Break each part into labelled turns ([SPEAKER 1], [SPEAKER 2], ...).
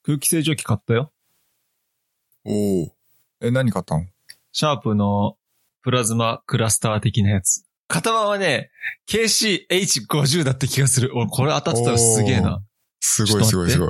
[SPEAKER 1] 空気清浄機買ったよ。
[SPEAKER 2] おー。何買ったの？
[SPEAKER 1] シャープのプラズマクラスター的なやつ。型番はね、KCH50 だった気がする。お、これ当たってたらすげえな。
[SPEAKER 2] すごいすごいすごい。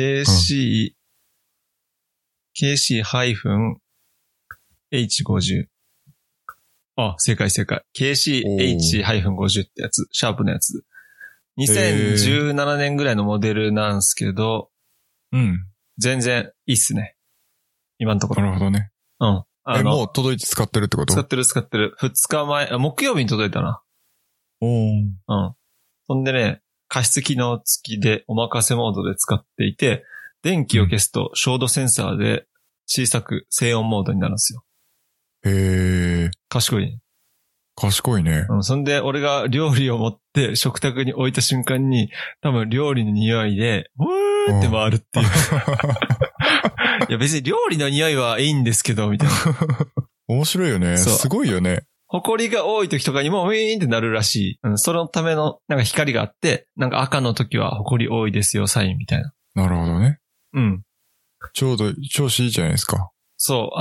[SPEAKER 1] KC-H50。あ、正解。KCH-50 ってやつ。シャープのやつ。2017年ぐらいのモデルなんすけど、
[SPEAKER 2] うん。
[SPEAKER 1] 全然いいっすね。今のところ。
[SPEAKER 2] なるほどね。
[SPEAKER 1] うん。
[SPEAKER 2] もう届いて使ってるってこと？
[SPEAKER 1] 使ってる。2日前、木曜日に届いたな。
[SPEAKER 2] おー。
[SPEAKER 1] うん。そんでね、加湿機能付きでお任せモードで使っていて、電気を消すと照度センサーで小さく静音モードになるんですよ。
[SPEAKER 2] へー。
[SPEAKER 1] 賢いね。
[SPEAKER 2] 賢いね。
[SPEAKER 1] うん。そんで、俺が料理を持って食卓に置いた瞬間に、多分料理の匂いで、うーって回るっていう。いや別に料理の匂いはいいんですけど、みたいな。
[SPEAKER 2] 面白いよね。すごいよね。
[SPEAKER 1] 埃が多い時とかにもウィーンってなるらしい。うん。そのための、なんか光があって、なんか赤の時は埃多いですよ、サインみたいな。
[SPEAKER 2] なるほどね。
[SPEAKER 1] うん。
[SPEAKER 2] ちょうど調子いいじゃないですか。
[SPEAKER 1] そう、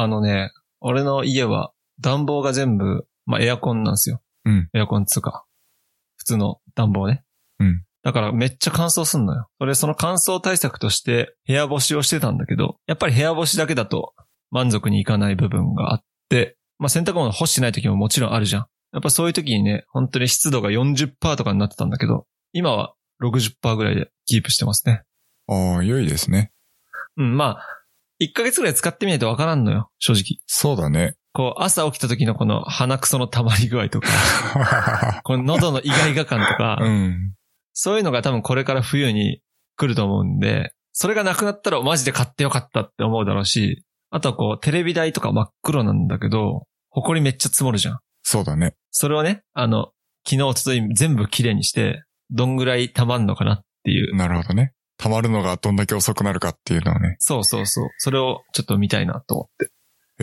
[SPEAKER 1] 俺の家は暖房が全部、まあエアコンなんですよ。
[SPEAKER 2] うん。
[SPEAKER 1] エアコンつうか、普通の暖房ね。
[SPEAKER 2] うん。
[SPEAKER 1] だからめっちゃ乾燥すんのよ。その乾燥対策として部屋干しをしてたんだけど、やっぱり部屋干しだけだと満足にいかない部分があって、まあ洗濯物干してない時ももちろんあるじゃん。やっぱそういう時にね、本当に湿度が 40% とかになってたんだけど、今は 60% ぐらいでキープしてますね。
[SPEAKER 2] ああ、良いですね。
[SPEAKER 1] うん、まあ、1ヶ月ぐらい使ってみないとわからんのよ、正直。
[SPEAKER 2] そうだね。
[SPEAKER 1] こう、朝起きた時のこの鼻くその溜まり具合とか、この喉のイガイガ感とか、
[SPEAKER 2] うん。
[SPEAKER 1] そういうのが多分これから冬に来ると思うんで、それがなくなったらマジで買ってよかったって思うだろうし、あとはこう、テレビ台とか真っ黒なんだけど、埃めっちゃ積もるじゃん。
[SPEAKER 2] そうだね。
[SPEAKER 1] それをね、昨日、おととい全部きれいにして、どんぐらい溜まんのかなっていう。
[SPEAKER 2] なるほどね。溜まるのがどんだけ遅くなるかっていうのをね。
[SPEAKER 1] そう。それをちょっと見たいなと思って。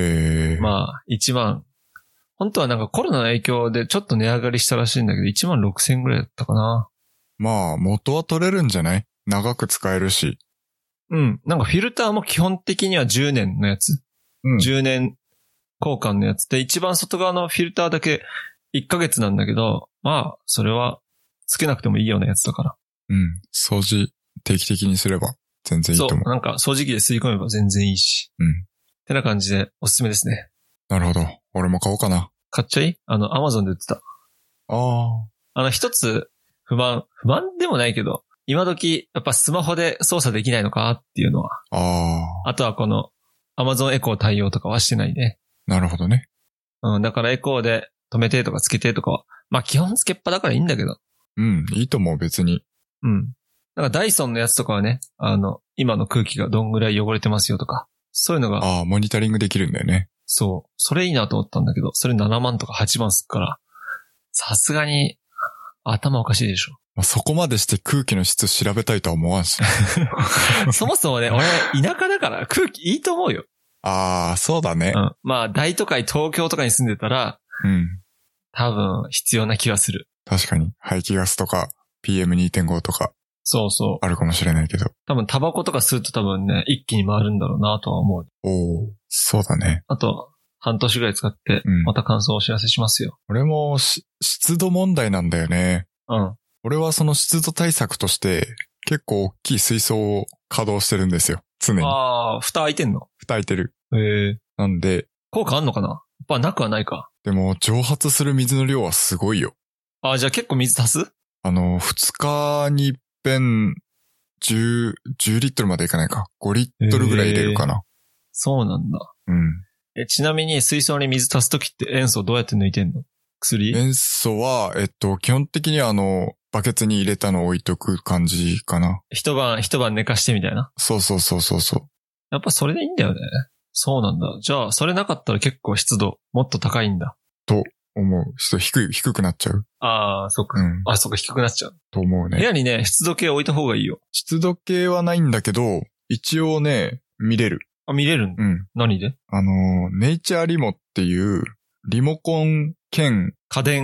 [SPEAKER 1] まあ、1万。本当はなんかコロナの影響でちょっと値上がりしたらしいんだけど、1万6000円ぐらいだったかな。
[SPEAKER 2] まあ、元は取れるんじゃない？長く使えるし。
[SPEAKER 1] うん。なんかフィルターも基本的には10年のやつ。
[SPEAKER 2] うん。
[SPEAKER 1] 10年交換のやつで、一番外側のフィルターだけ1ヶ月なんだけど、まあ、それはつけなくてもいいようなやつだから。
[SPEAKER 2] うん。掃除定期的にすれば全然いいと思う。
[SPEAKER 1] そう。なんか掃除機で吸い込めば全然いいし。
[SPEAKER 2] うん。
[SPEAKER 1] ってな感じでおすすめですね。
[SPEAKER 2] なるほど。俺も買おうかな。
[SPEAKER 1] 買っちゃい？Amazon で売ってた。一つ不満でもないけど、今時やっぱスマホで操作できないのかっていうのは。あとはこの Amazon エコー対応とかはしてないね。
[SPEAKER 2] なるほどね。
[SPEAKER 1] うん、だからエコーで止めてとかつけてとかは、まあ基本つけっぱだからいいんだけど。
[SPEAKER 2] うん、いいと思う別に。
[SPEAKER 1] うん。なんかダイソンのやつとかはね、今の空気がどんぐらい汚れてますよとか、そういうのが。
[SPEAKER 2] モニタリングできるんだよね。
[SPEAKER 1] そう。それいいなと思ったんだけど、それ7万とか8万すっから、さすがに頭おかしいでしょ。
[SPEAKER 2] そこまでして空気の質調べたいとは思わんし。
[SPEAKER 1] そもそもね、俺田舎だから空気いいと思うよ。
[SPEAKER 2] そうだね。
[SPEAKER 1] うん。まあ大都会東京とかに住んでたら、
[SPEAKER 2] うん。
[SPEAKER 1] 多分必要な気がする。
[SPEAKER 2] 確かに。排気ガスとか PM2.5 とか。
[SPEAKER 1] そう。
[SPEAKER 2] あるかもしれないけど。
[SPEAKER 1] 多分タバコとか吸うと多分ね、一気に回るんだろうなとは思う。
[SPEAKER 2] そうだね。
[SPEAKER 1] あと、半年ぐらい使って、また感想をお知らせしますよ。
[SPEAKER 2] 俺も湿度問題なんだよね。
[SPEAKER 1] うん。
[SPEAKER 2] 俺はその湿度対策として、結構大きい水槽を稼働してるんですよ。常に。
[SPEAKER 1] 蓋開いてんの？
[SPEAKER 2] 蓋開いてる。なんで。
[SPEAKER 1] 効果あんのかな？やっぱなくはないか。
[SPEAKER 2] でも、蒸発する水の量はすごいよ。
[SPEAKER 1] じゃあ結構水足す
[SPEAKER 2] ？2日に一遍、10リットルまでいかないか。5リットルぐらい入れるかな。
[SPEAKER 1] そうなんだ。
[SPEAKER 2] うん。
[SPEAKER 1] ちなみに水槽に水足すときって塩素どうやって抜いてんの？薬？
[SPEAKER 2] 塩素は、基本的にはバケツに入れたのを置いとく感じかな。
[SPEAKER 1] 一晩寝かしてみたいな。
[SPEAKER 2] そう。
[SPEAKER 1] やっぱそれでいいんだよね。そうなんだ。じゃあ、それなかったら結構湿度もっと高いんだ。
[SPEAKER 2] と思う。湿度低くなっちゃう。
[SPEAKER 1] そっか。そっか、低くなっちゃう。
[SPEAKER 2] と思うね。
[SPEAKER 1] 部屋にね、湿度計置いた方がいいよ。
[SPEAKER 2] 湿度計はないんだけど、一応ね、見れる。
[SPEAKER 1] 見れるんだ。何で？
[SPEAKER 2] ネイチャーリモっていう、リモコン兼
[SPEAKER 1] 家電。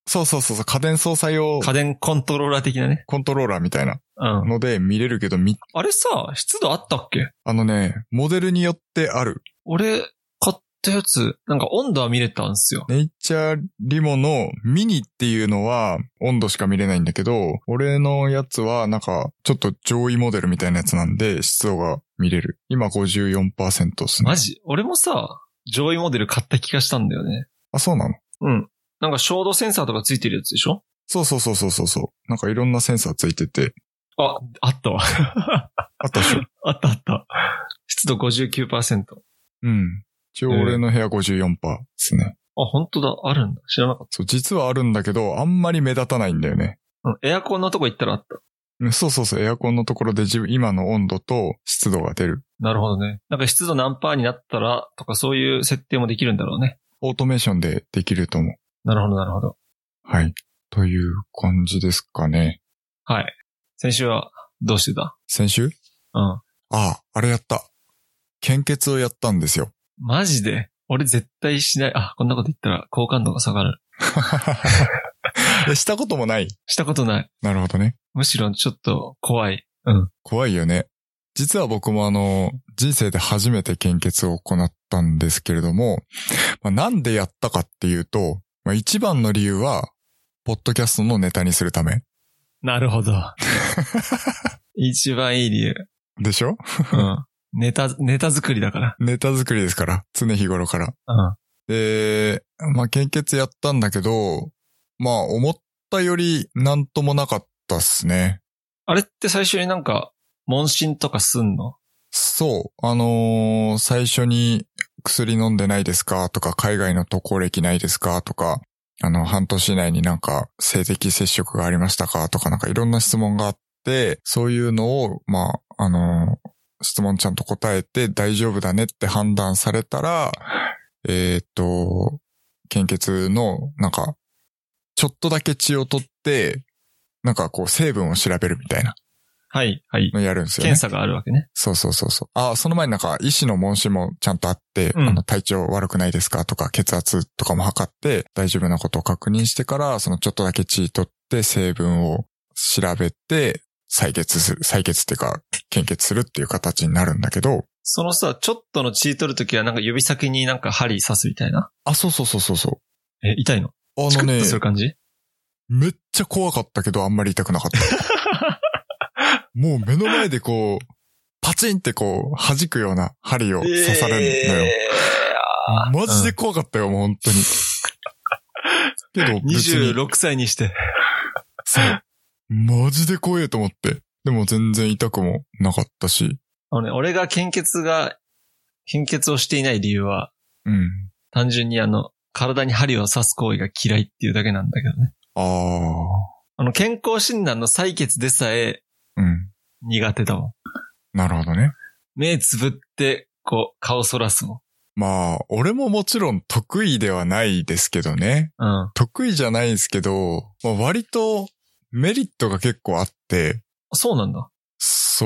[SPEAKER 2] そうそうそうそう、家電操作用、
[SPEAKER 1] 家電コントローラー的なね。
[SPEAKER 2] コントローラーみたいな
[SPEAKER 1] うん。
[SPEAKER 2] ので見れるけど、
[SPEAKER 1] あれさ、湿度あったっけ？
[SPEAKER 2] モデルによってある。
[SPEAKER 1] 俺、買ったやつ、なんか温度は見れたんすよ。
[SPEAKER 2] ネイチャーリモのミニっていうのは温度しか見れないんだけど、俺のやつはなんかちょっと上位モデルみたいなやつなんで湿度が見れる。今 54% っすね。
[SPEAKER 1] マジ？俺もさ、上位モデル買った気がしたんだよね。
[SPEAKER 2] あ、そうなの？
[SPEAKER 1] うん。なんか照度センサーとかついてるやつでしょ？
[SPEAKER 2] そうそうそうそうそうそう。なんかいろんなセンサーついてて。
[SPEAKER 1] あったわ。
[SPEAKER 2] あったでしょ？
[SPEAKER 1] あった。湿度 59%。
[SPEAKER 2] うん。一応俺の部屋 54% ですね。
[SPEAKER 1] あ、本当だ。あるんだ。知らなかった。
[SPEAKER 2] そう、実はあるんだけど、あんまり目立たないんだよね。
[SPEAKER 1] うん。エアコンのとこ行ったらあった。
[SPEAKER 2] そうそうそう、エアコンのところで今の温度と湿度が出る。
[SPEAKER 1] なるほどね。なんか湿度何パーになったらとかそういう設定もできるんだろうね。
[SPEAKER 2] オートメーションでできると思う。
[SPEAKER 1] なるほど。
[SPEAKER 2] はい。という感じですかね。
[SPEAKER 1] はい。先週はどうしてた？
[SPEAKER 2] 先週？
[SPEAKER 1] うん。
[SPEAKER 2] あれやった。献血をやったんですよ。
[SPEAKER 1] マジで？俺絶対しない。あ、こんなこと言ったら好感度が下がる。
[SPEAKER 2] したこともない？
[SPEAKER 1] したことない。
[SPEAKER 2] なるほどね。
[SPEAKER 1] むしろちょっと怖い。うん。
[SPEAKER 2] 怖いよね。実は僕も人生で初めて献血を行ったんですけれども、なんでやったかっていうと、一番の理由は、ポッドキャストのネタにするため。
[SPEAKER 1] なるほど。一番いい理由。
[SPEAKER 2] でしょ？
[SPEAKER 1] うん。ネタ作りだから。
[SPEAKER 2] ネタ作りですから。常日頃から。
[SPEAKER 1] うん。
[SPEAKER 2] で、献血やったんだけど、思ったよりなんともなかったっすね。
[SPEAKER 1] あれって最初になんか、問診とかすんの？
[SPEAKER 2] そう。最初に薬飲んでないですかとか、海外の渡航歴ないですかとか、半年以内になんか性的接触がありましたかとか、なんかいろんな質問があって、そういうのを、質問ちゃんと答えて大丈夫だねって判断されたら、献血の、なんか、ちょっとだけ血を取って、なんかこう成分を調べるみたいな。
[SPEAKER 1] はい。
[SPEAKER 2] やるんですよね。
[SPEAKER 1] 検査があるわけね。
[SPEAKER 2] そう。その前になんか医師の問診もちゃんとあって、体調悪くないですかとか、血圧とかも測って、大丈夫なことを確認してから、そのちょっとだけ血取って成分を調べて、採血っていうか、献血するっていう形になるんだけど。
[SPEAKER 1] そのさ、ちょっとの血取るときはなんか指先になんか針刺すみたいな。
[SPEAKER 2] あ、そう。
[SPEAKER 1] 痛いの？チクッとする感じ？
[SPEAKER 2] めっちゃ怖かったけど、あんまり痛くなかった。もう目の前でこう、パチンってこう、弾くような針を刺されるのよ。マジで怖かったよ、もう本当に。けど別に。
[SPEAKER 1] 26歳にして。
[SPEAKER 2] そう。マジで怖いと思って。でも全然痛くもなかったし。
[SPEAKER 1] 俺が献血をしていない理由は、単純に体に針を刺す行為が嫌いっていうだけなんだけどね。健康診断の採血でさえ、苦手だもん。
[SPEAKER 2] なるほどね。
[SPEAKER 1] 目つぶって、こう、顔そらすもん。
[SPEAKER 2] 俺ももちろん得意ではないですけどね。得意じゃないですけど、割とメリットが結構あって。
[SPEAKER 1] そうなんだ。
[SPEAKER 2] そう。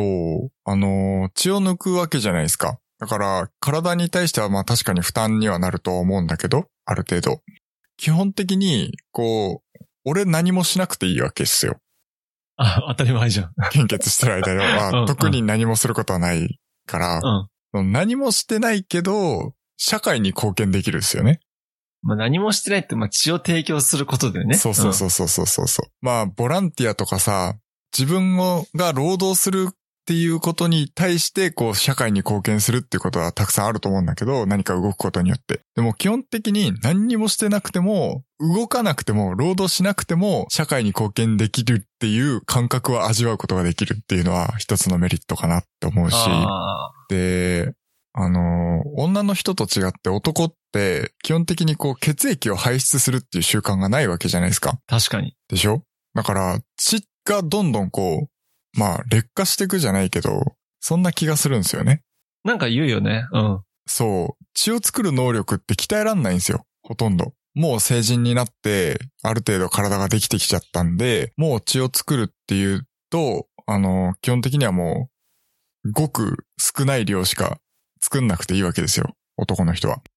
[SPEAKER 2] 血を抜くわけじゃないですか。だから、体に対しては確かに負担にはなるとは思うんだけど、ある程度。基本的に、こう、俺何もしなくていいわけですよ。
[SPEAKER 1] 当たり前じゃん。
[SPEAKER 2] 献血してる間は、特に何もすることはないから、何もしてないけど、社会に貢献できるんですよね。
[SPEAKER 1] 何もしてないって、血を提供することでね。
[SPEAKER 2] そう。ボランティアとかさ、自分が労働するっていうことに対して、こう、社会に貢献するっていうことはたくさんあると思うんだけど、何か動くことによって。でも基本的に何にもしてなくても、動かなくても、労働しなくても、社会に貢献できるっていう感覚は味わうことができるっていうのは一つのメリットかなって思うし。で、女の人と違って男って基本的にこう血液を排出するっていう習慣がないわけじゃないですか。
[SPEAKER 1] 確かに。
[SPEAKER 2] でしょ？だから血がどんどんこう、劣化していくじゃないけど、そんな気がするんですよね。
[SPEAKER 1] なんか言うよね。
[SPEAKER 2] そう。血を作る能力って鍛えらんないんですよ。ほとんど。もう成人になって、ある程度体ができてきちゃったんで、もう血を作るっていうと、基本的にはもう、ごく少ない量しか作んなくていいわけですよ。男の人は。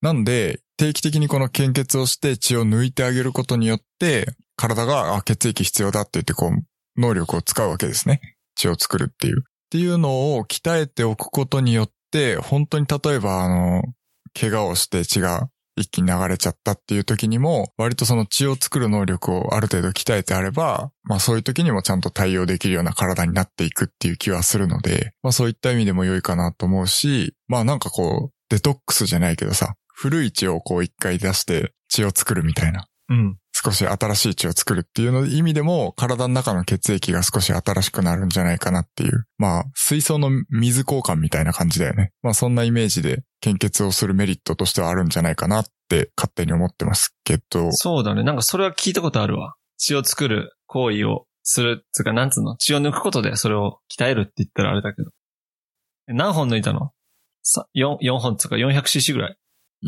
[SPEAKER 2] なんで、定期的にこの献血をして血を抜いてあげることによって、体が血液必要だって言って能力を使うわけですね。血を作るっていう。っていうのを鍛えておくことによって、本当に例えば怪我をして血が一気に流れちゃったっていう時にも、割とその血を作る能力をある程度鍛えてあれば、そういう時にもちゃんと対応できるような体になっていくっていう気はするので、そういった意味でも良いかなと思うし、なんかデトックスじゃないけどさ、古い血を一回出して血を作るみたいな。
[SPEAKER 1] うん。
[SPEAKER 2] 少し新しい血を作るっていうの意味でも、体の中の血液が少し新しくなるんじゃないかなっていう。水槽の水交換みたいな感じだよね。そんなイメージで献血をするメリットとしてはあるんじゃないかなって勝手に思ってますけど。
[SPEAKER 1] そうだね。なんかそれは聞いたことあるわ。血を作る行為をするつか、なんつうの、血を抜くことでそれを鍛えるって言ったらあれだけど。何本抜いたの？4本つか 400cc ぐらい。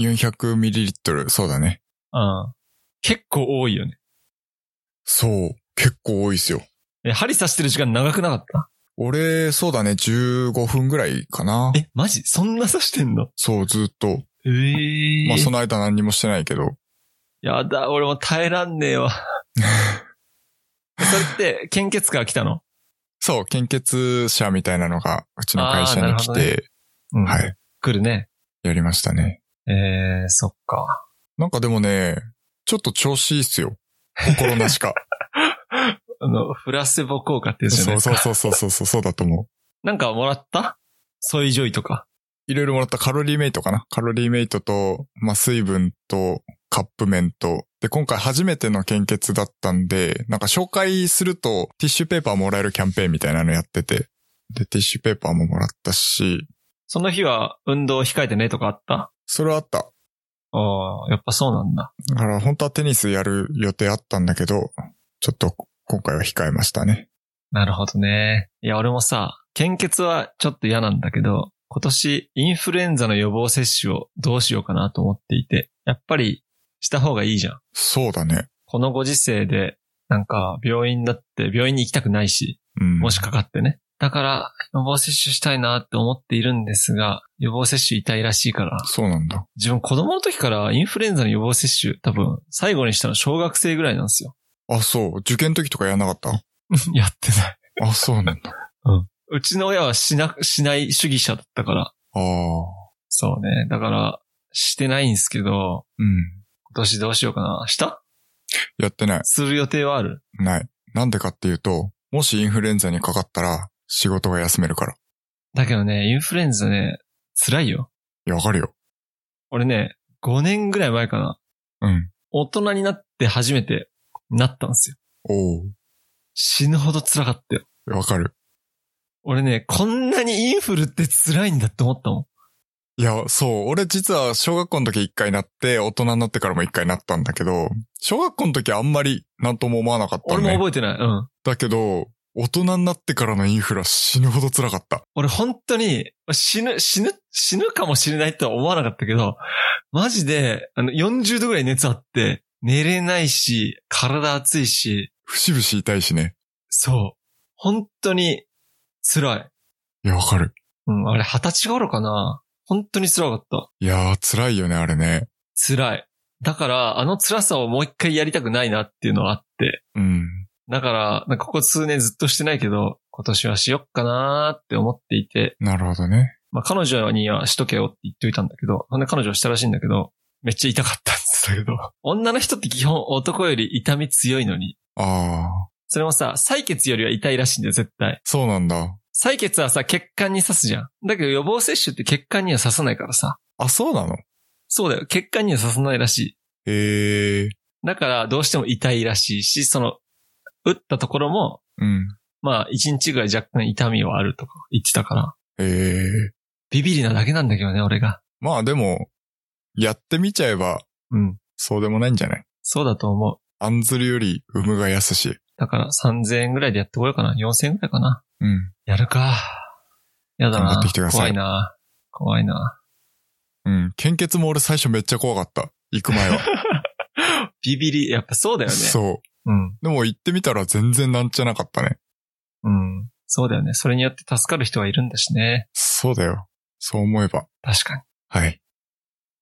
[SPEAKER 2] 400ml、そうだね。
[SPEAKER 1] うん。結構多いよね。
[SPEAKER 2] そう。結構多いですよ。
[SPEAKER 1] 針刺してる時間長くなかった？
[SPEAKER 2] 俺、そうだね。15分ぐらいかな。
[SPEAKER 1] マジ？そんな刺してんの？
[SPEAKER 2] そう、ずっと。その間何にもしてないけど。
[SPEAKER 1] やだ、俺も耐えらんねえわ。それって、献血から来たの？そう、
[SPEAKER 2] 献血者みたいなのが、うちの会社に来て、ね、
[SPEAKER 1] うん、はい。来るね。
[SPEAKER 2] やりましたね。
[SPEAKER 1] そっか。
[SPEAKER 2] なんかでもね、ちょっと調子いいっすよ。心なしか。
[SPEAKER 1] フラセボ効果ってやつじゃないですか。
[SPEAKER 2] そうだと思う。
[SPEAKER 1] なんかもらった？ソイジョイとか。
[SPEAKER 2] いろいろもらった。カロリーメイトかな。カロリーメイトと、水分と、カップ麺と。で、今回初めての献血だったんで、なんか紹介するとティッシュペーパーもらえるキャンペーンみたいなのやってて。で、ティッシュペーパーももらったし。
[SPEAKER 1] その日は運動控えてねとかあった？
[SPEAKER 2] それはあった。
[SPEAKER 1] やっぱそうなんだ。
[SPEAKER 2] だから本当はテニスやる予定あったんだけど、ちょっと今回は控えましたね。
[SPEAKER 1] なるほどね。いや、俺もさ、献血はちょっと嫌なんだけど、今年インフルエンザの予防接種をどうしようかなと思っていて、やっぱりした方がいいじゃん。
[SPEAKER 2] そうだね。
[SPEAKER 1] このご時世で、なんか病院に行きたくないし、もしかかってね。だから予防接種したいなって思っているんですが、予防接種痛いらしいから。
[SPEAKER 2] そうなんだ。
[SPEAKER 1] 自分子供の時からインフルエンザの予防接種多分最後にしたの小学生ぐらいなんですよ。
[SPEAKER 2] あ、そう。受験の時とかやんなかった？
[SPEAKER 1] やってない。
[SPEAKER 2] あ、そうなんだ。
[SPEAKER 1] うちの親はしない主義者だったから。そうね。だから、してないんですけど、今年どうしようかな。した？
[SPEAKER 2] やってない。
[SPEAKER 1] する予定はある？
[SPEAKER 2] ない。なんでかっていうと、もしインフルエンザにかかったら、仕事が休めるから。
[SPEAKER 1] だけどね、インフルエンザね、辛いよ。
[SPEAKER 2] いや、わかるよ。
[SPEAKER 1] 俺ね、5年ぐらい前かな。大人になって初めてなったんですよ。死ぬほど辛かったよ。
[SPEAKER 2] わかる。
[SPEAKER 1] 俺ね、こんなにインフルって辛いんだって思ったもん。
[SPEAKER 2] いや、そう。俺実は小学校の時1回なって、大人になってからも1回なったんだけど、小学校の時あんまりなんとも思わなかったね。
[SPEAKER 1] 俺も覚えてない。
[SPEAKER 2] だけど、大人になってからのインフルは死ぬほど辛かった。
[SPEAKER 1] 俺本当に死ぬかもしれないとは思わなかったけど、マジで40度ぐらい熱あって、寝れないし、体熱いし。
[SPEAKER 2] 節々痛いしね。
[SPEAKER 1] そう。本当に辛い。
[SPEAKER 2] いや、わかる。
[SPEAKER 1] あれ20歳頃かな。本当に辛かった。
[SPEAKER 2] いやー、辛いよね、あれね。
[SPEAKER 1] 辛い。だから、辛さをもう一回やりたくないなっていうのはあって。だから、なんかここ数年ずっとしてないけど、今年はしよっかなーって思っていて。
[SPEAKER 2] なるほどね。
[SPEAKER 1] 彼女にはしとけよって言っておいたんだけど、彼女はしたらしいんだけど、めっちゃ痛かったんですけど。女の人って基本男より痛み強いのに。それもさ、採血よりは痛いらしいんだよ、絶対。
[SPEAKER 2] そうなんだ。
[SPEAKER 1] 採血はさ、血管に刺すじゃん。だけど予防接種って血管には刺さないからさ。
[SPEAKER 2] あ、そうなの？
[SPEAKER 1] そうだよ。血管には刺さないらし
[SPEAKER 2] い。
[SPEAKER 1] だからどうしても痛いらしいし、打ったところも、1日ぐらい若干痛みはあるとか言ってたから。ビビりなだけなんだけどね、俺が。
[SPEAKER 2] まあでも、やってみちゃえば、そうでもないんじゃない？
[SPEAKER 1] そうだと思う。
[SPEAKER 2] 案ずるより有無が安し。
[SPEAKER 1] だから3000円ぐらいでやってこようかな。4000円ぐらいかな。やるか。やだな。
[SPEAKER 2] 頑張ってきてください。
[SPEAKER 1] 怖いな。
[SPEAKER 2] 献血も俺最初めっちゃ怖かった。行く前は。
[SPEAKER 1] ビビり、やっぱそうだよね。
[SPEAKER 2] そう。でも行ってみたら全然なんちゃなかったね。
[SPEAKER 1] そうだよね。それによって助かる人がいるんだしね。
[SPEAKER 2] そうだよ。そう思えば。
[SPEAKER 1] 確かに。
[SPEAKER 2] はい。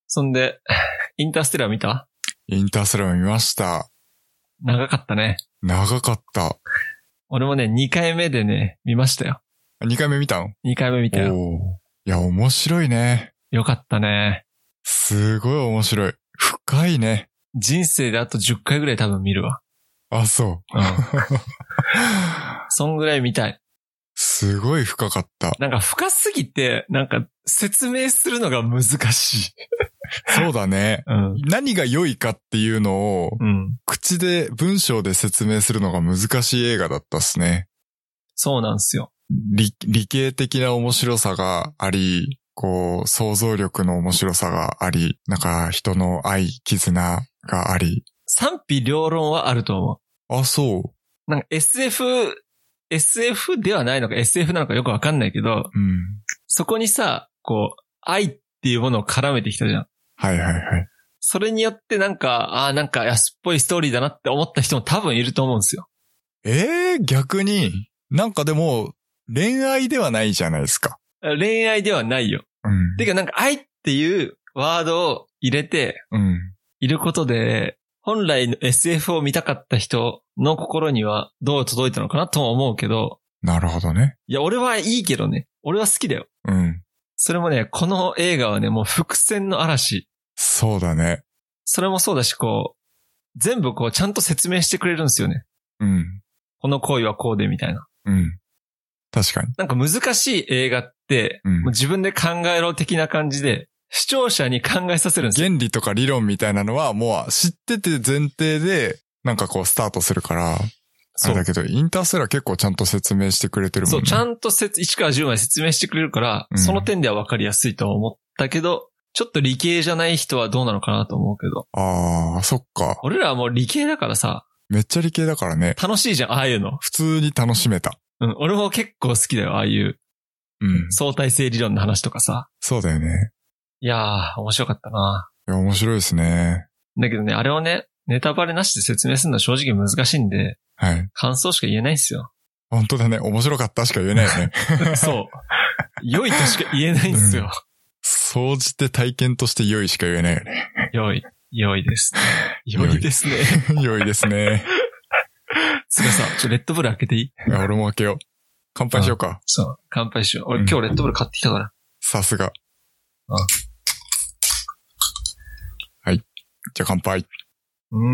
[SPEAKER 1] そんで、インターステラー見た？
[SPEAKER 2] インターステラー見ました。
[SPEAKER 1] 長かったね。
[SPEAKER 2] 長かった。
[SPEAKER 1] 俺もね、2回目でね、見ましたよ。
[SPEAKER 2] 2回目見たの？
[SPEAKER 1] 2 回目見たよ。
[SPEAKER 2] いや、面白いね。
[SPEAKER 1] よかったね。
[SPEAKER 2] すごい面白い。深いね。
[SPEAKER 1] 人生であと10回ぐらい多分見るわ。
[SPEAKER 2] あ、そう。うん。
[SPEAKER 1] そんぐらい見たい。
[SPEAKER 2] すごい深かった。
[SPEAKER 1] なんか深すぎて、なんか説明するのが難しい。
[SPEAKER 2] そうだね、うん。何が良いかっていうのを、うん、口で文章で説明するのが難しい映画だったっすね。
[SPEAKER 1] そうなんですよ。
[SPEAKER 2] 理系的な面白さがあり、こう、想像力の面白さがあり、なんか人の愛、絆があり。
[SPEAKER 1] 賛否両論はあると思
[SPEAKER 2] う。あ、そう。
[SPEAKER 1] なんか SF ではないのか SF なのかよくわかんないけど、うん、そこにさ、こう、愛っていうものを絡めてきたじゃん。
[SPEAKER 2] はいはいはい。
[SPEAKER 1] それによってなんか安っぽいストーリーだなって思った人も多分いると思うんですよ。
[SPEAKER 2] 逆に、なんかでも、恋愛ではないじゃないですか。
[SPEAKER 1] 恋愛ではないよ。うん。てかなんか愛っていうワードを入れて、うん。いることで、本来の SF を見たかった人の心にはどう届いたのかなとも思うけど。
[SPEAKER 2] なるほどね。
[SPEAKER 1] いや、俺はいいけどね。俺は好きだよ。うん。それもね、この映画はね、もう伏線の嵐。
[SPEAKER 2] そうだね。
[SPEAKER 1] それもそうだし、こう、全部こうちゃんと説明してくれるんですよね。うん。この行為はこうでみたいな。うん。
[SPEAKER 2] 確かに。
[SPEAKER 1] なんか難しい映画って、もう自分で考えろ的な感じで、視聴者に考えさせるんですよ。
[SPEAKER 2] 原理とか理論みたいなのはもう知ってて前提で、なんかこうスタートするから、あれだけど、インターステラー結構ちゃんと説明してくれてるもんね。
[SPEAKER 1] そう、ちゃんと1から10まで説明してくれるから、その点では分かりやすいと思ったけど、ちょっと理系じゃない人はどうなのかなと思うけど。
[SPEAKER 2] ああ、そっか。
[SPEAKER 1] 俺らはもう理系だからさ。
[SPEAKER 2] めっちゃ理系だからね。
[SPEAKER 1] 楽しいじゃん、ああいうの。
[SPEAKER 2] 普通に楽しめた。
[SPEAKER 1] うん、俺も結構好きだよ、ああいう。うん。相対性理論の話とかさ。
[SPEAKER 2] そうだよね。
[SPEAKER 1] いやー、面白かったな。
[SPEAKER 2] いや、面白いですね。
[SPEAKER 1] だけどね、あれをね、ネタバレなしで説明するのは正直難しいんで、はい。感想しか言えないんですよ。
[SPEAKER 2] 本当だね。面白かったしか言えないよね。
[SPEAKER 1] そう。良いとしか言えないんですよ。
[SPEAKER 2] 総じて体験として良いしか言えないよね。
[SPEAKER 1] 良いですね。良いですね。
[SPEAKER 2] 良いですね。
[SPEAKER 1] つかさ、レッドブル開けていい？
[SPEAKER 2] いや、俺も開けよう。乾杯しようか。
[SPEAKER 1] そう、乾杯しよう。俺今日レッドブル買ってきたから。
[SPEAKER 2] さすが。はい。じゃあ乾杯。うん。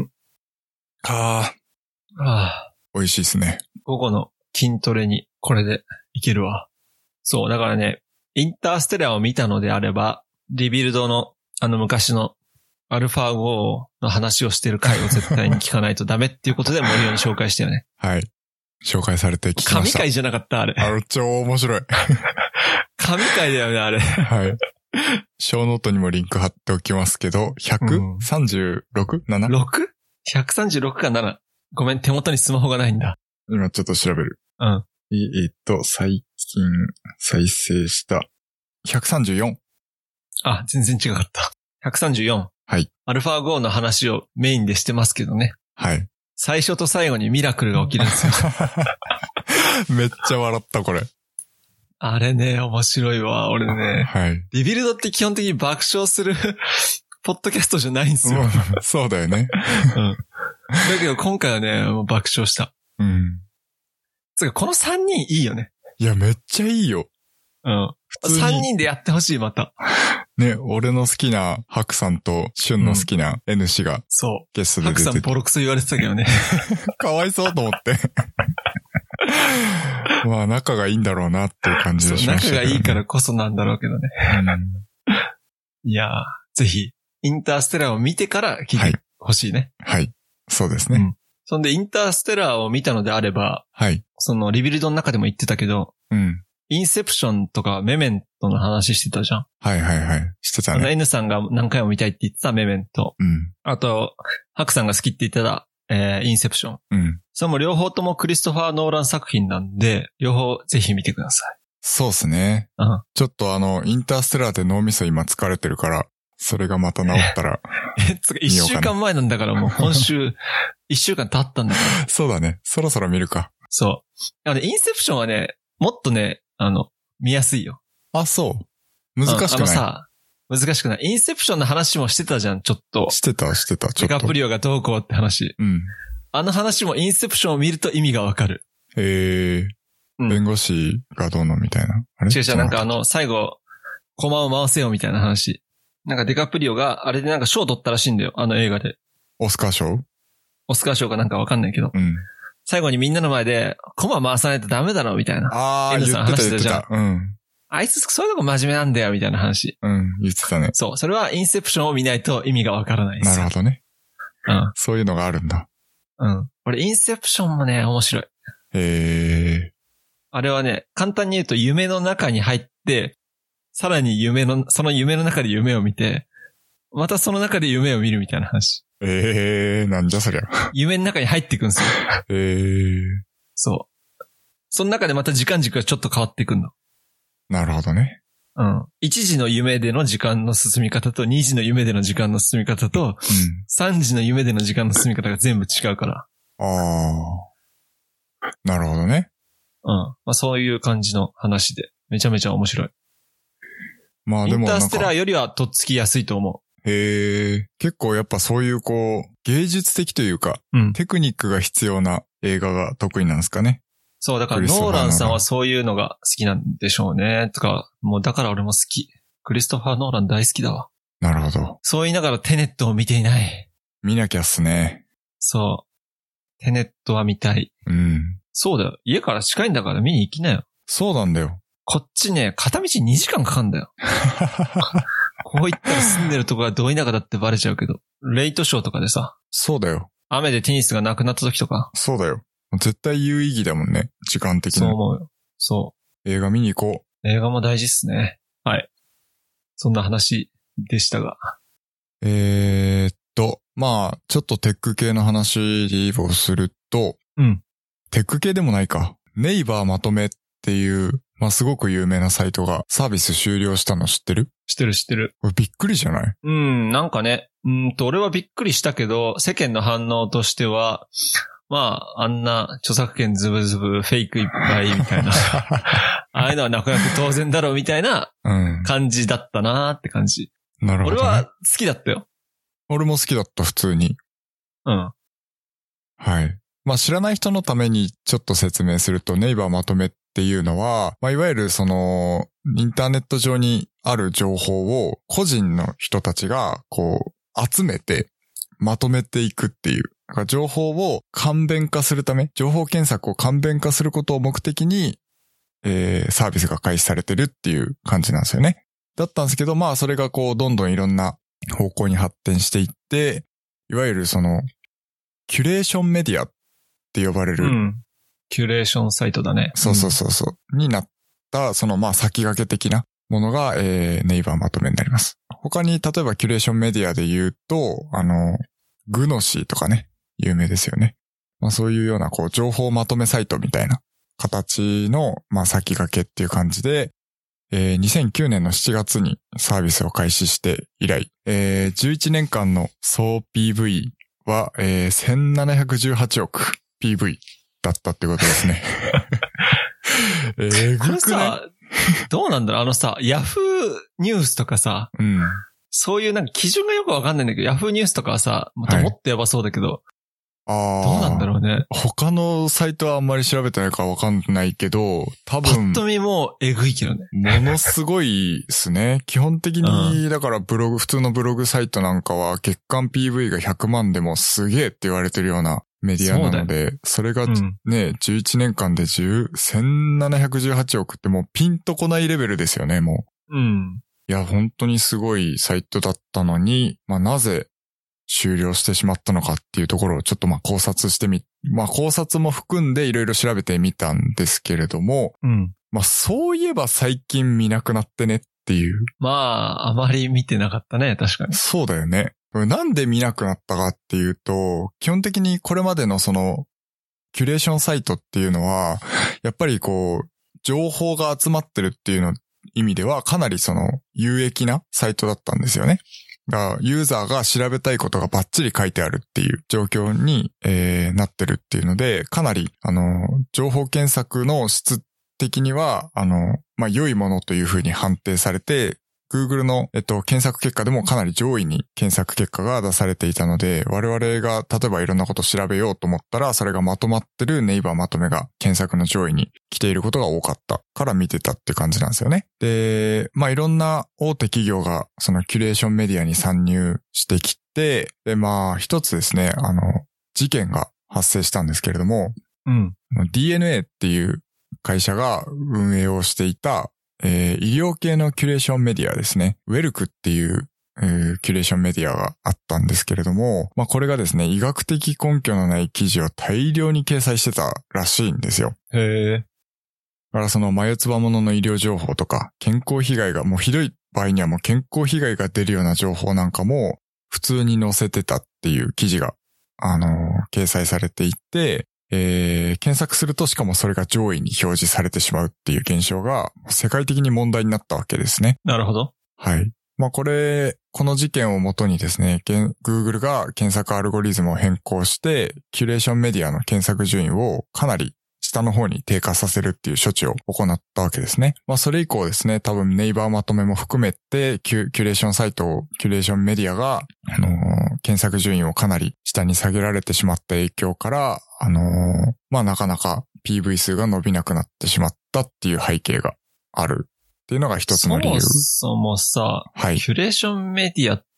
[SPEAKER 2] 美味しいですね。
[SPEAKER 1] 午後の筋トレにこれでいけるわ。そう、だからね、インターステラーを見たのであれば、リビルドの昔のアルファ5の話をしてる回を絶対に聞かないとダメっていうことで森尾に紹介したよね。
[SPEAKER 2] はい。紹介されて聞きました。
[SPEAKER 1] 神回じゃなかったあれ。
[SPEAKER 2] 超面白い。
[SPEAKER 1] 神回だよね、あれ。
[SPEAKER 2] はい。小ノートにもリンク貼っておきますけど、136?7?6?136
[SPEAKER 1] か7。ごめん、手元にスマホがないんだ。
[SPEAKER 2] 今ちょっと調べる。うん。最近再生した。134。
[SPEAKER 1] あ、全然違かった。134。
[SPEAKER 2] はい。
[SPEAKER 1] アルファ5の話をメインでしてますけどね。
[SPEAKER 2] はい。
[SPEAKER 1] 最初と最後にミラクルが起きるんですよ。
[SPEAKER 2] めっちゃ笑った、これ。
[SPEAKER 1] あれね、面白いわ、俺ね。
[SPEAKER 2] はい。
[SPEAKER 1] リビルドって基本的に爆笑するポッドキャストじゃないんですよ。
[SPEAKER 2] そうだよね。
[SPEAKER 1] うん。だけど今回はね、もう爆笑した。うん。つかこの3人いいよね。
[SPEAKER 2] いや、めっちゃいいよ。
[SPEAKER 1] うん。3人でやってほしい、また。
[SPEAKER 2] ね、俺の好きなハクさんとシュンの好きな N 氏が、
[SPEAKER 1] そう。
[SPEAKER 2] ゲストで出てて。
[SPEAKER 1] ハクさんボロクソ言われてたけどね。
[SPEAKER 2] かわいそうと思って。まあ仲がいいんだろうなっていう感じでしましたけど、ね。
[SPEAKER 1] 仲がいいからこそなんだろうけどね。うん、いやー、ぜひ、インターステラーを見てから聞いてほしいね。
[SPEAKER 2] はい。そうですね。うん。
[SPEAKER 1] そんで、インターステラーを見たのであれば、
[SPEAKER 2] はい。
[SPEAKER 1] そのリビルドの中でも言ってたけど、うん。インセプションとかメメントの話してたじゃん。
[SPEAKER 2] はいはいはい。してたね。
[SPEAKER 1] N さんが何回も見たいって言ってたメメント。うん。あと、ハクさんが好きって言ってた、インセプション。うん。それも両方ともクリストファー・ノーラン作品なんで、両方ぜひ見てください。
[SPEAKER 2] そうっすね。うん。ちょっとインターステラーで脳みそ今疲れてるから、それがまた治ったら。
[SPEAKER 1] 一週間前なんだからもう今週、一週間経ったんだから。
[SPEAKER 2] そうだね。そろそろ見るか。
[SPEAKER 1] そう。インセプションはね、もっとね、見やすいよ。
[SPEAKER 2] あ、そう。難しくない。
[SPEAKER 1] さ、 難しくない。インセプションの話もしてたじゃん、ちょっと。
[SPEAKER 2] してた、ちょっと。
[SPEAKER 1] デカプリオがどうこうって話。
[SPEAKER 2] うん。
[SPEAKER 1] あの話もインセプションを見ると意味がわかる。
[SPEAKER 2] へえ。弁護士がどうのみたいな。あれ？
[SPEAKER 1] 違う、なんか最後、コマを回せよみたいな話。なんかデカプリオが、あれでなんか賞取ったらしいんだよ、あの映画で。
[SPEAKER 2] オスカー賞？
[SPEAKER 1] オスカー賞かなんかわかんないけど。
[SPEAKER 2] うん。
[SPEAKER 1] 最後にみんなの前で、コマ回さないとダメだろ、みたいな。
[SPEAKER 2] ああ、言ってた。うん。
[SPEAKER 1] あいつそういうとこ真面目なんだよ、みたいな話。
[SPEAKER 2] うん、言ってたね。
[SPEAKER 1] そう。それはインセプションを見ないと意味がわからないです。
[SPEAKER 2] なるほどね。
[SPEAKER 1] うん。
[SPEAKER 2] そういうのがあるんだ。
[SPEAKER 1] うん。俺、インセプションもね、面白い。
[SPEAKER 2] へえ。
[SPEAKER 1] あれはね、簡単に言うと夢の中に入って、さらにその夢の中で夢を見て、またその中で夢を見るみたいな話。
[SPEAKER 2] なんじゃそりゃ。
[SPEAKER 1] 夢の中に入っていくんですよ。そう。その中でまた時間軸がちょっと変わっていくの。
[SPEAKER 2] なるほどね。
[SPEAKER 1] うん。1時の夢での時間の進み方と、2時の夢での時間の進み方と、3時の夢での時間の進み方が全部違うから。
[SPEAKER 2] ああ。なるほどね。
[SPEAKER 1] うん。まあそういう感じの話で、めちゃめちゃ面白い。
[SPEAKER 2] まあでも
[SPEAKER 1] インターステラーよりはとっつきやすいと思う。
[SPEAKER 2] へえ。結構やっぱそういう芸術的というか、テクニックが必要な映画が得意なんですかね。
[SPEAKER 1] そう、だからノーランさんはそういうのが好きなんでしょうね。とか、もうだから俺も好き。クリストファー・ノーラン大好きだわ。
[SPEAKER 2] なるほど。
[SPEAKER 1] そう言いながらテネットを見ていない。
[SPEAKER 2] 見なきゃっすね。
[SPEAKER 1] そう。テネットは見たい。
[SPEAKER 2] うん。
[SPEAKER 1] そうだよ。家から近いんだから見に行きなよ。
[SPEAKER 2] そうなんだよ。
[SPEAKER 1] こっちね、片道2時間かかんだよ。こう言ったら住んでるとこがど田舎だってバレちゃうけど。レイトショーとかでさ。
[SPEAKER 2] そうだよ。
[SPEAKER 1] 雨でテニスがなくなった時とか。
[SPEAKER 2] そうだよ。絶対有意義だもんね。時間的に。
[SPEAKER 1] そう思うよ。そう。
[SPEAKER 2] 映画見に行こ
[SPEAKER 1] う。映画も大事っすね。はい。そんな話でしたが。
[SPEAKER 2] まあ、ちょっとテック系の話をすると、テック系でもないか。ネイバーまとめっていう、まあすごく有名なサイトがサービス終了したの知ってる？
[SPEAKER 1] 知ってる。
[SPEAKER 2] これびっくりじゃない？
[SPEAKER 1] なんかね、俺はびっくりしたけど、世間の反応としては、まあ、あんな著作権ズブズブ、フェイクいっぱいみたいな。ああいうのはなくなく当然だろうみたいな感じだったなーって感じ。
[SPEAKER 2] なるほど、ね。
[SPEAKER 1] 俺は好きだったよ。
[SPEAKER 2] 俺も好きだった、普通に。はい。まあ知らない人のためにちょっと説明すると、ネイバーまとめっていうのは、まあいわゆるインターネット上にある情報を個人の人たちが集めてまとめていくっていう。情報を簡便化するため、情報検索を簡便化することを目的に、サービスが開始されてるっていう感じなんですよね。だったんですけど、まあそれがどんどんいろんな方向に発展していって、いわゆるキュレーションメディアって呼ばれる。
[SPEAKER 1] キュレーションサイトだね。
[SPEAKER 2] そう。になった、まあ先駆け的なものが、ネイバーまとめになります。他に、例えばキュレーションメディアで言うと、グノシーとかね、有名ですよね。まあそういうような、情報まとめサイトみたいな形の、まあ先駆けっていう感じで、2009年の7月にサービスを開始して以来、11年間の総 PV は、1718億 PV だったってことですね。
[SPEAKER 1] これさ、どうなんだろうヤフーニュースとかさ、そういう基準がよくわかんないんだけど、ヤフーニュースとかはさ、もっとやばそうだけど、どうなんだろうね。
[SPEAKER 2] 他のサイトはあんまり調べてないからわかんないけど、多分。
[SPEAKER 1] パッと見もえぐいけどね。
[SPEAKER 2] ものすごいですね。基本的に、だから普通のブログサイトなんかは月間 PV が100万でもすげえって言われてるようなメディアなので、それがね、11年間で1718億ってもうピンとこないレベルですよね、もう。いや、本当にすごいサイトだったのに、まあなぜ終了してしまったのかっていうところをちょっと考察して考察も含んでいろいろ調べてみたんですけれども、まあそういえば最近見なくなってねっていう。
[SPEAKER 1] まあ、あまり見てなかったね、確かに。
[SPEAKER 2] そうだよね。なんで見なくなったかっていうと、基本的にこれまでのキュレーションサイトっていうのは、やっぱり情報が集まってるっていうの意味ではかなり有益なサイトだったんですよね。ユーザーが調べたいことがバッチリ書いてあるっていう状況に、なってるっていうので、かなり、情報検索の質的には、まあ、良いものというふうに判定されて、 Google の、検索結果でもかなり上位に検索結果が出されていたので、我々が例えばいろんなことを調べようと思ったら、それがまとまってるネイバーまとめが検索の上位に来ていることが多かったから見てたって感じなんですよね。で、いろんな大手企業がそのキュレーションメディアに参入してきて、で、一つですね、事件が発生したんですけれども、DNA っていう会社が運営をしていた、医療系のキュレーションメディアですね。ウェルクっていう、キュレーションメディアがあったんですけれども、これがですね、医学的根拠のない記事を大量に掲載してたらしいんですよ。
[SPEAKER 1] へー。
[SPEAKER 2] だからその眉唾者の医療情報とか、健康被害がもうひどい場合にはもう健康被害が出るような情報なんかも普通に載せてたっていう記事が、掲載されていて、検索するとしかもそれが上位に表示されてしまうっていう現象が世界的に問題になったわけですね。
[SPEAKER 1] なるほど。
[SPEAKER 2] はい。この事件をもとにですね、Google が検索アルゴリズムを変更して、キュレーションメディアの検索順位をかなり下の方に低下させるっていう処置を行ったわけですね。それ以降ですね、多分ネイバーまとめも含めて、キュレーションサイト、キュレーションメディアが、検索順位をかなり下に下げられてしまった影響から、なかなか PV 数が伸びなくなってしまったっていう背景があるっていうのが一つの理由。
[SPEAKER 1] そもさ、
[SPEAKER 2] はい。
[SPEAKER 1] キュレーションメディアって、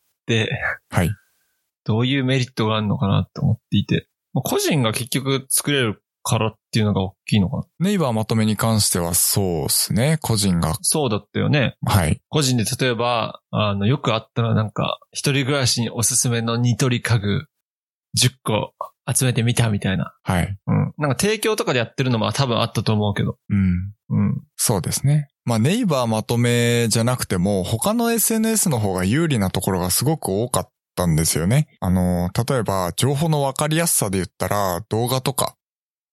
[SPEAKER 2] はい。
[SPEAKER 1] どういうメリットがあるのかなと思っていて、個人が結局作れるからっていうのが大きいのかな。
[SPEAKER 2] ネイバーまとめに関してはそうですね。個人が。
[SPEAKER 1] そうだったよね。
[SPEAKER 2] はい。
[SPEAKER 1] 個人で例えば、よくあったらなんか、一人暮らしにおすすめのニトリ家具10個集めてみたみたいな。
[SPEAKER 2] はい。
[SPEAKER 1] なんか提供とかでやってるのも多分あったと思うけど。
[SPEAKER 2] そうですね。ネイバーまとめじゃなくても、他の SNS の方が有利なところがすごく多かったんですよね。例えば、情報のわかりやすさで言ったら、動画とか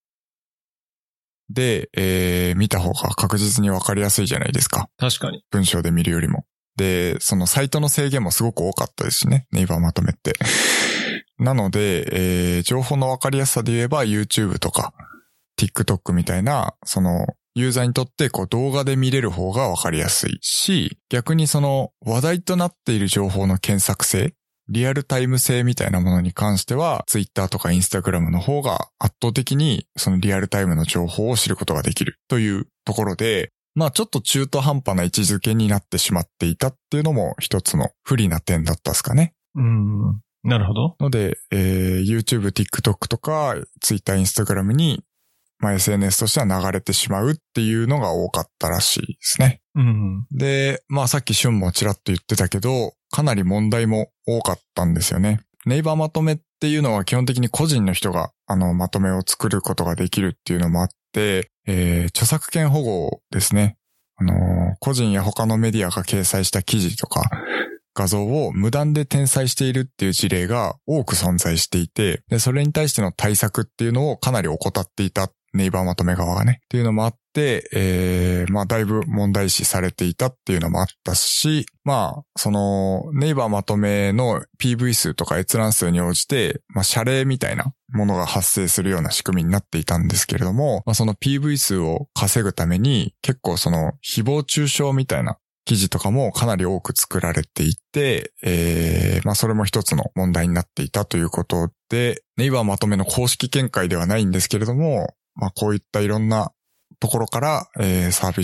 [SPEAKER 2] で、見た方が確実にわかりやすいじゃないですか。
[SPEAKER 1] 確かに。
[SPEAKER 2] 文章で見るよりも。で、そのサイトの制限もすごく多かったですしね。ネイバーまとめって。なので、情報のわかりやすさで言えば YouTube とか TikTok みたいな、そのユーザーにとって動画で見れる方がわかりやすいし、逆にその話題となっている情報の検索性、リアルタイム性みたいなものに関しては Twitter とか Instagram の方が圧倒的にそのリアルタイムの情報を知ることができるというところで、ちょっと中途半端な位置づけになってしまっていたっていうのも一つの不利な点だったですかね。
[SPEAKER 1] なるほど。
[SPEAKER 2] ので、YouTube、TikTok とか Twitter、Instagram に、SNS としては流れてしまうっていうのが多かったらしいですね。で、さっきシュンもちらっと言ってたけど、かなり問題も多かったんですよね。ネイバーまとめっていうのは基本的に個人の人がまとめを作ることができるっていうのもあって、著作権保護ですね。個人や他のメディアが掲載した記事とか画像を無断で転載しているっていう事例が多く存在していて、でそれに対しての対策っていうのをかなり怠っていたネイバーまとめ側がねっていうのもあって、だいぶ問題視されていたっていうのもあったし、そのネイバーまとめの PV 数とか閲覧数に応じて、謝礼みたいなものが発生するような仕組みになっていたんですけれども、その PV 数を稼ぐために結構その誹謗中傷みたいな記事とかもかなり多く作られていて、それも一つの問題になっていたということで、ネイバーまとめの公式見解ではないんですけれども、こういったいろんなところから、サー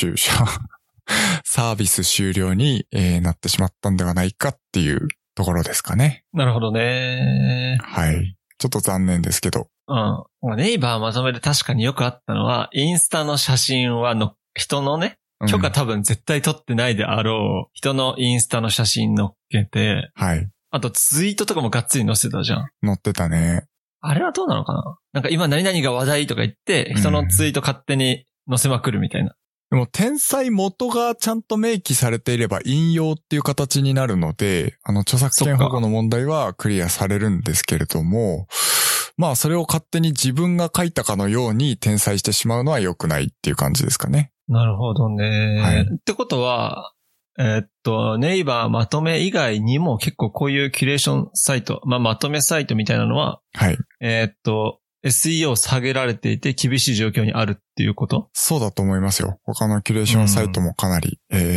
[SPEAKER 2] ビス終了に、なってしまったんではないかっていうところですかね。
[SPEAKER 1] なるほどね。
[SPEAKER 2] はい。ちょっと残念ですけど。
[SPEAKER 1] ネイバーまとめで確かによくあったのは、インスタの写真は人のね、許可多分絶対取ってないであろう、人のインスタの写真載っけて、
[SPEAKER 2] はい。
[SPEAKER 1] あとツイートとかもがっつり載せてたじゃん。
[SPEAKER 2] 載ってたね。
[SPEAKER 1] あれはどうなのかな？なんか今何々が話題とか言って、人のツイート勝手に載せまくるみたいな。
[SPEAKER 2] でも、転載元がちゃんと明記されていれば引用っていう形になるので、著作権保護の問題はクリアされるんですけれども、それを勝手に自分が書いたかのように転載してしまうのは良くないっていう感じですかね。
[SPEAKER 1] なるほどね。
[SPEAKER 2] はい。
[SPEAKER 1] ってことは、ネイバーまとめ以外にも結構こういうキュレーションサイト、まとめサイトみたいなのは、
[SPEAKER 2] はい。
[SPEAKER 1] SEO 下げられていて厳しい状況にあるっていうこと？
[SPEAKER 2] そうだと思いますよ。他のキュレーションサイトもかなり、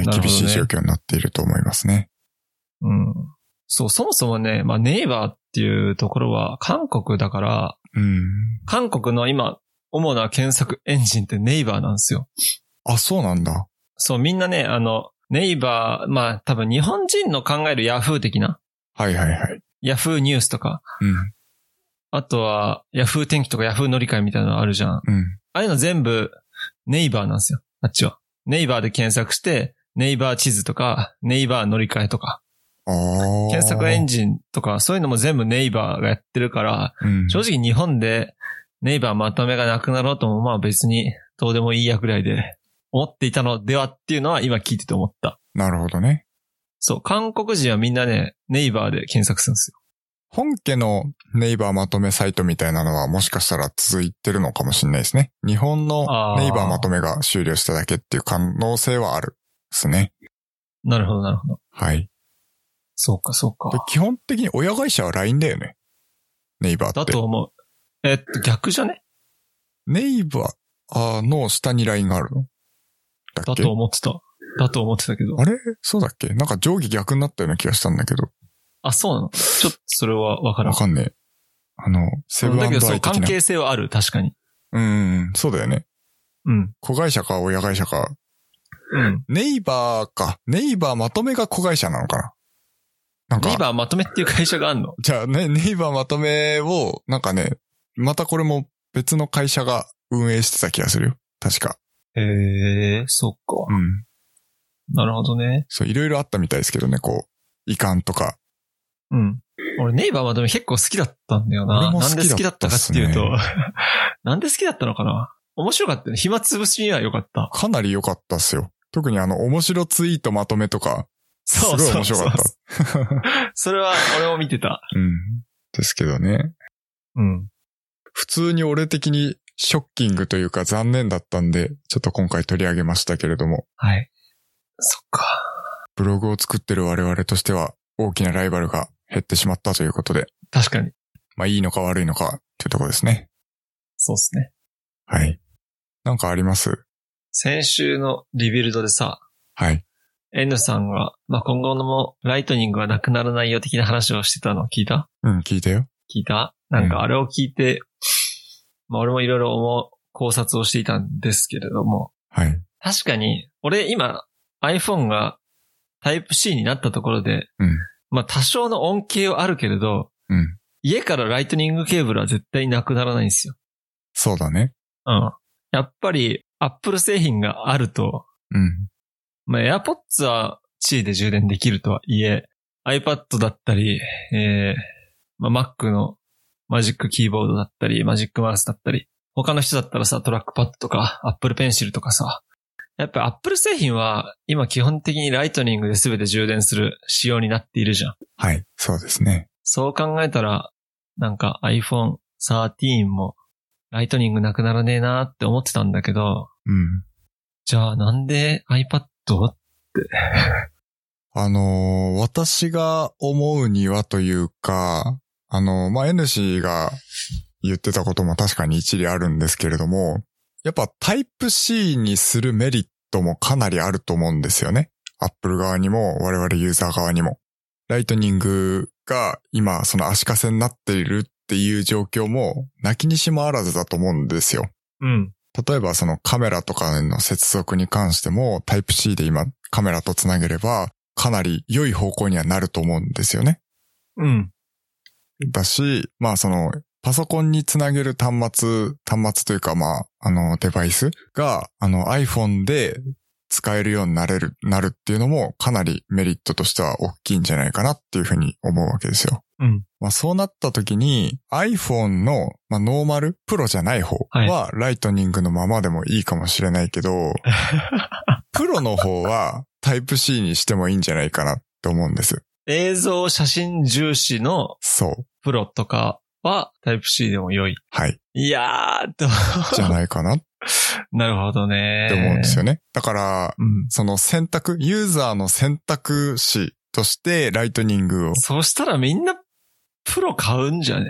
[SPEAKER 2] 厳しい状況になっていると思いますね。
[SPEAKER 1] うん。そう、そもそもね、まあ、ネイバーっていうところは韓国だから、
[SPEAKER 2] うん。
[SPEAKER 1] 韓国の今、主な検索エンジンってネイバーなんですよ。
[SPEAKER 2] あ、そうなんだ。
[SPEAKER 1] そう、みんなね、ネイバー、まあ、多分日本人の考えるヤフー的な。
[SPEAKER 2] はいはいはい。
[SPEAKER 1] ヤフーニュースとか。
[SPEAKER 2] うん。
[SPEAKER 1] あとは、ヤフー天気とかヤフー乗り換えみたいなのあるじゃん。
[SPEAKER 2] うん。
[SPEAKER 1] ああいうの全部、ネイバーなんですよ。あっちは。ネイバーで検索して、ネイバー地図とか、ネイバー乗り換えとか。検索エンジンとか、そういうのも全部ネイバーがやってるから、
[SPEAKER 2] うん、
[SPEAKER 1] 正直日本でネイバーまとめがなくなろうとも、まあ別にどうでもいいやぐらいで思っていたのではっていうのは今聞いてて思った。
[SPEAKER 2] なるほどね。
[SPEAKER 1] そう、韓国人はみんなね、ネイバーで検索するんですよ。
[SPEAKER 2] 本家のネイバーまとめサイトみたいなのはもしかしたら続いてるのかもしれないですね。日本のネイバーまとめが終了しただけっていう可能性はあるですね。
[SPEAKER 1] なるほど、なるほど。
[SPEAKER 2] はい。
[SPEAKER 1] そうか、そうか。
[SPEAKER 2] 基本的に親会社は LINE だよね。ネイバーって。
[SPEAKER 1] だと思う。逆じゃね？
[SPEAKER 2] ネイバーの下に LINE があるの？
[SPEAKER 1] だと思ってた。だと思ってたけど。
[SPEAKER 2] あれ？そうだっけ？なんか上下逆になったような気がしたんだけど。
[SPEAKER 1] あ、そうなの？ちょっとそれはわからん。
[SPEAKER 2] わかんねえ。セブン&アイ的な。だけどそう、
[SPEAKER 1] 関係性はある、確かに。
[SPEAKER 2] そうだよね。
[SPEAKER 1] うん。
[SPEAKER 2] 子会社か親会社か。
[SPEAKER 1] うん。
[SPEAKER 2] ネイバーか。ネイバーまとめが子会社なのかな？なんか
[SPEAKER 1] ネイバーまとめっていう会社があんの？
[SPEAKER 2] じゃあね、ネイバーまとめを、なんかね、またこれも別の会社が運営してた気がするよ。確か。
[SPEAKER 1] そっか。
[SPEAKER 2] うん。
[SPEAKER 1] なるほどね。
[SPEAKER 2] そう、いろいろあったみたいですけどね、こう、遺憾とか。
[SPEAKER 1] うん。俺ネイバーまとめ結構好きだったんだよな。
[SPEAKER 2] 俺も好きだったっすね。
[SPEAKER 1] なんで好きだったかっていうと、なんで好きだったのかな？面白かったね。暇つぶしには良かった。
[SPEAKER 2] かなり良かったっすよ。特に面白ツイートまとめとか、すごい面白かった。
[SPEAKER 1] それは俺も見てた。
[SPEAKER 2] うん。ですけどね。
[SPEAKER 1] うん。
[SPEAKER 2] 普通に俺的にショッキングというか残念だったんで、ちょっと今回取り上げましたけれども。
[SPEAKER 1] はい。そっか。
[SPEAKER 2] ブログを作ってる我々としては大きなライバルが減ってしまったということで。
[SPEAKER 1] 確かに。
[SPEAKER 2] まあいいのか悪いのかっていうところですね。
[SPEAKER 1] そうですね。
[SPEAKER 2] はい。なんかあります？
[SPEAKER 1] 先週のリビルドでさ。
[SPEAKER 2] はい。
[SPEAKER 1] N さんが、まあ、今後のもライトニングはなくならないよ的な話をしてたの聞いた？
[SPEAKER 2] うん、聞いたよ。
[SPEAKER 1] 聞いた？なんかあれを聞いて、まあ俺もいろいろ考察をしていたんですけれども。
[SPEAKER 2] はい。
[SPEAKER 1] 確かに、俺今 iPhone がタイプ C になったところで、
[SPEAKER 2] うん、
[SPEAKER 1] まあ多少の恩恵はあるけれど、
[SPEAKER 2] うん、
[SPEAKER 1] 家からライトニングケーブルは絶対なくならないんですよ。
[SPEAKER 2] そうだね。
[SPEAKER 1] うん。やっぱり Apple 製品があると、
[SPEAKER 2] うん。
[SPEAKER 1] まあ AirPods は C で充電できるとはいえ、iPad だったり、まあ Mac のマジックキーボードだったり、マジックマウスだったり、他の人だったらさ、トラックパッドとか Apple Pencil とかさ、やっぱ Apple 製品は今基本的にライトニングで全て充電する仕様になっているじゃん。
[SPEAKER 2] はい、そうですね。
[SPEAKER 1] そう考えたら、なんか iPhone 13もライトニングなくならねえなって思ってたんだけど、
[SPEAKER 2] うん。
[SPEAKER 1] じゃあなんで iPad って。
[SPEAKER 2] 私が思うにはというか、まあ、N 氏が言ってたことも確かに一理あるんですけれども、やっぱタイプ C にするメリットもかなりあると思うんですよね。Apple 側にも我々ユーザー側にも。ライトニングが今その足かせになっているっていう状況もなきにしもあらずだと思うんですよ。
[SPEAKER 1] うん。
[SPEAKER 2] 例えばそのカメラとかの接続に関してもタイプ C で今カメラとつなげればかなり良い方向にはなると思うんですよね。
[SPEAKER 1] うん。
[SPEAKER 2] だし、まあそのパソコンにつなげる端末というかまあデバイスがiPhone で使えるようになるっていうのもかなりメリットとしては大きいんじゃないかなっていうふうに思うわけですよ。
[SPEAKER 1] うん。
[SPEAKER 2] まあそうなった時に iPhone の、まあ、ノーマルプロじゃない方はライトニングのままでもいいかもしれないけど、プロの方はタイプ C にしてもいいんじゃないかなって思うんです。
[SPEAKER 1] 映像写真重視のプロとかはタイプ C でも良い。
[SPEAKER 2] はい。
[SPEAKER 1] いやー
[SPEAKER 2] じゃないかな。
[SPEAKER 1] なるほどね。
[SPEAKER 2] って思うんですよね。だから、
[SPEAKER 1] うん、
[SPEAKER 2] そのユーザーの選択肢としてライトニングを。
[SPEAKER 1] そうしたらみんなプロ買うんじゃね？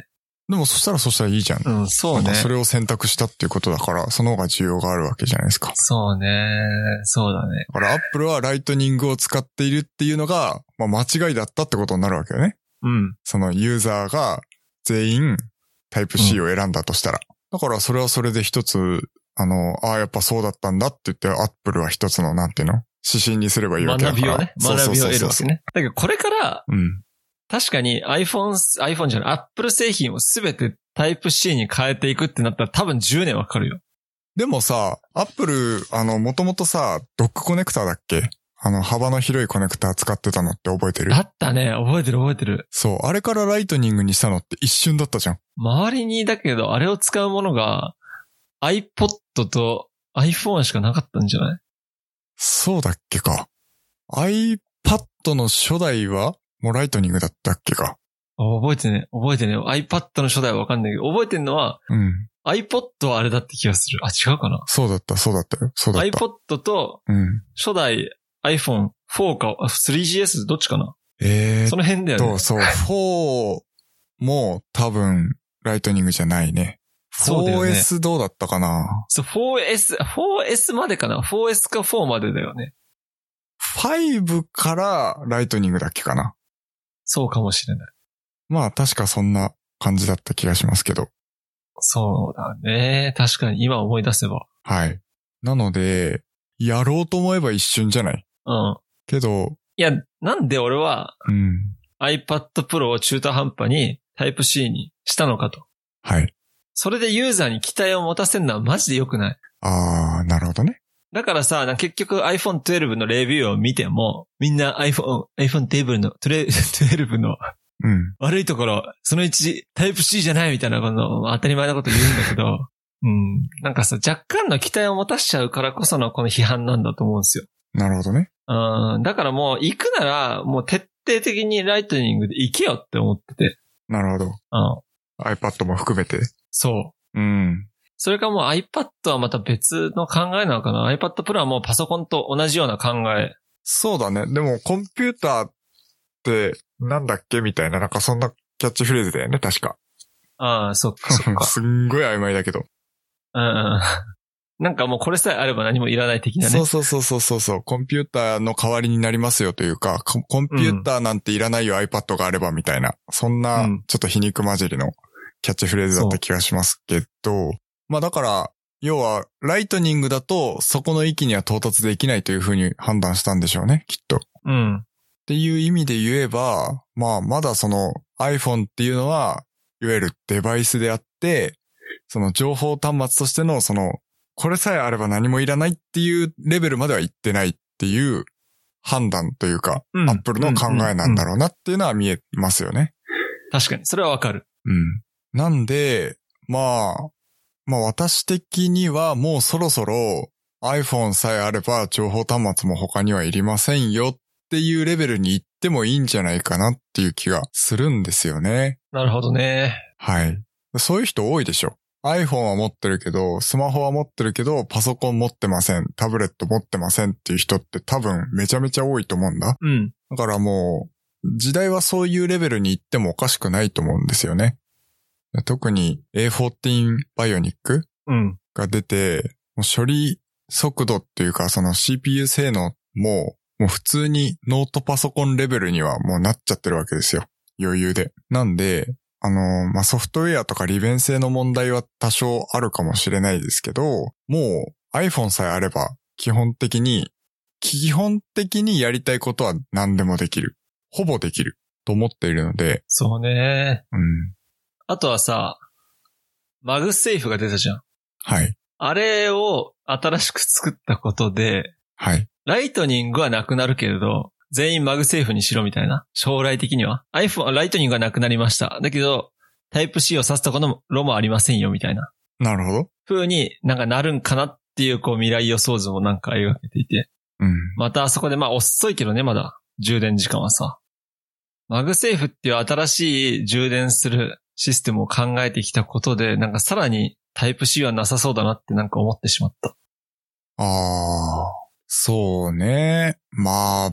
[SPEAKER 2] でもそしたらいいじゃん。
[SPEAKER 1] うん、そうね。
[SPEAKER 2] それを選択したっていうことだから、その方が需要があるわけじゃないですか。
[SPEAKER 1] そうね。そうだね。
[SPEAKER 2] だからアップルはライトニングを使っているっていうのが、まあ間違いだったってことになるわけよね。
[SPEAKER 1] うん。
[SPEAKER 2] そのユーザーが全員タイプ C を選んだとしたら。だからそれはそれで一つ、やっぱそうだったんだって言って、アップルは一つの、なんていうの？指針にすればいいわけだから。
[SPEAKER 1] 学びをね。学びを得るわけね。だけどこれから、
[SPEAKER 2] うん。
[SPEAKER 1] 確かに iPhone じゃない、Apple 製品をすべてタイプ C に変えていくってなったら多分10年はかかるよ。
[SPEAKER 2] でもさ、Apple、もともとさ、ドックコネクターだっけ？幅の広いコネクター使ってたのって覚えてる？
[SPEAKER 1] だったね。覚えてる。
[SPEAKER 2] そう。あれからライトニングにしたのって一瞬だったじゃん。
[SPEAKER 1] 周りにだけど、あれを使うものが iPod と iPhone しかなかったんじゃない？
[SPEAKER 2] そうだっけか。iPad の初代はもうライトニングだったっけか。
[SPEAKER 1] 覚えてね。iPad の初代はわかんないけど、覚えてんのは、
[SPEAKER 2] うん。
[SPEAKER 1] iPod はあれだって気がする。あ、違うかな？
[SPEAKER 2] そうだったよ。
[SPEAKER 1] iPod と、初代 iPhone4 か、3GS どっちかな？その辺だよね。
[SPEAKER 2] そう、4も多分ライトニングじゃないね。
[SPEAKER 1] そうだよね。
[SPEAKER 2] 4S どうだったかな？
[SPEAKER 1] そう、4S までかな？ 4S か4までだよね。
[SPEAKER 2] 5からライトニングだっけかな？
[SPEAKER 1] そうかもしれない。
[SPEAKER 2] まあ確かそんな感じだった気がしますけど。
[SPEAKER 1] そうだね。確かに今思い出せば。
[SPEAKER 2] はい。なので、やろうと思えば一瞬じゃない？
[SPEAKER 1] うん。
[SPEAKER 2] けど。
[SPEAKER 1] いや、なんで俺は、iPad Pro を中途半端に Type-C にしたのかと。
[SPEAKER 2] はい。
[SPEAKER 1] それでユーザーに期待を持たせるのはマジで良くない。
[SPEAKER 2] なるほどね。
[SPEAKER 1] だからさ、結局 iPhone 12のレビューを見ても、みんな iPhone 12の悪いところ、その1、タイプ C じゃないみたいな当たり前なこと言うんだけど、なんかさ、若干の期待を持たしちゃうからこそのこの批判なんだと思うんですよ。
[SPEAKER 2] なるほどね。
[SPEAKER 1] だからもう行くなら、もう徹底的にライトニングで行けよって思ってて。
[SPEAKER 2] なるほど。iPad も含めて。
[SPEAKER 1] そう。それかもう iPad はまた別の考えなのかな？ iPad Pro はもうパソコンと同じような考え。
[SPEAKER 2] そうだね。でもコンピューターってなんだっけみたいな、なんかそんなキャッチフレーズだよね、確か。
[SPEAKER 1] そっか。
[SPEAKER 2] すんごい曖昧だけど。
[SPEAKER 1] なんかもうこれさえあれば何もいらない的なね。
[SPEAKER 2] そう。コンピューターの代わりになりますよというか、コンピューターなんていらないよ、iPad があればみたいな、そんなちょっと皮肉混じりのキャッチフレーズだった気がしますけど、まあだから、要は、ライトニングだとそこの域には到達できないというふうに判断したんでしょうね、きっと。っていう意味で言えば、まあまだその iPhone っていうのは、いわゆるデバイスであって、その情報端末としてのこれさえあれば何もいらないっていうレベルまでは行ってないっていう判断というか、Apple の考えなんだろうなっていうのは見えますよね。
[SPEAKER 1] 確かに、それはわかる。
[SPEAKER 2] なんで、まあ私的にはもうそろそろ iPhone さえあれば情報端末も他にはいりませんよっていうレベルに行ってもいいんじゃないかなっていう気がするんですよね。
[SPEAKER 1] なるほどね。
[SPEAKER 2] はい。そういう人多いでしょ。iPhone は持ってるけど、スマホは持ってるけど、パソコン持ってません、タブレット持ってませんっていう人って多分めちゃめちゃ多いと思うんだ。だからもう、時代はそういうレベルに行ってもおかしくないと思うんですよね。特に A14 バイオニックが出て、もう処理速度っていうかその CPU 性能もう普通にノートパソコンレベルにはもうなっちゃってるわけですよ。余裕で。なんで、ソフトウェアとか利便性の問題は多少あるかもしれないですけど、もう iPhone さえあれば基本的にやりたいことは何でもできる。ほぼできると思っているので。
[SPEAKER 1] そうね。あとはさ、マグセーフが出たじゃん。
[SPEAKER 2] はい。
[SPEAKER 1] あれを新しく作ったことで、
[SPEAKER 2] はい。
[SPEAKER 1] ライトニングはなくなるけれど、全員マグセーフにしろみたいな。将来的には。iPhone、ライトニングがなくなりました。だけど、タイプ C を挿すところもありませんよみたいな。
[SPEAKER 2] なるほど。
[SPEAKER 1] 風になるんかなっていう未来予想図も描けていて。またあそこで遅いけどね、まだ。充電時間はさ。マグセーフっていう新しい充電するシステムを考えてきたことで、さらにタイプ C はなさそうだなって思ってしまった。
[SPEAKER 2] そうね。ま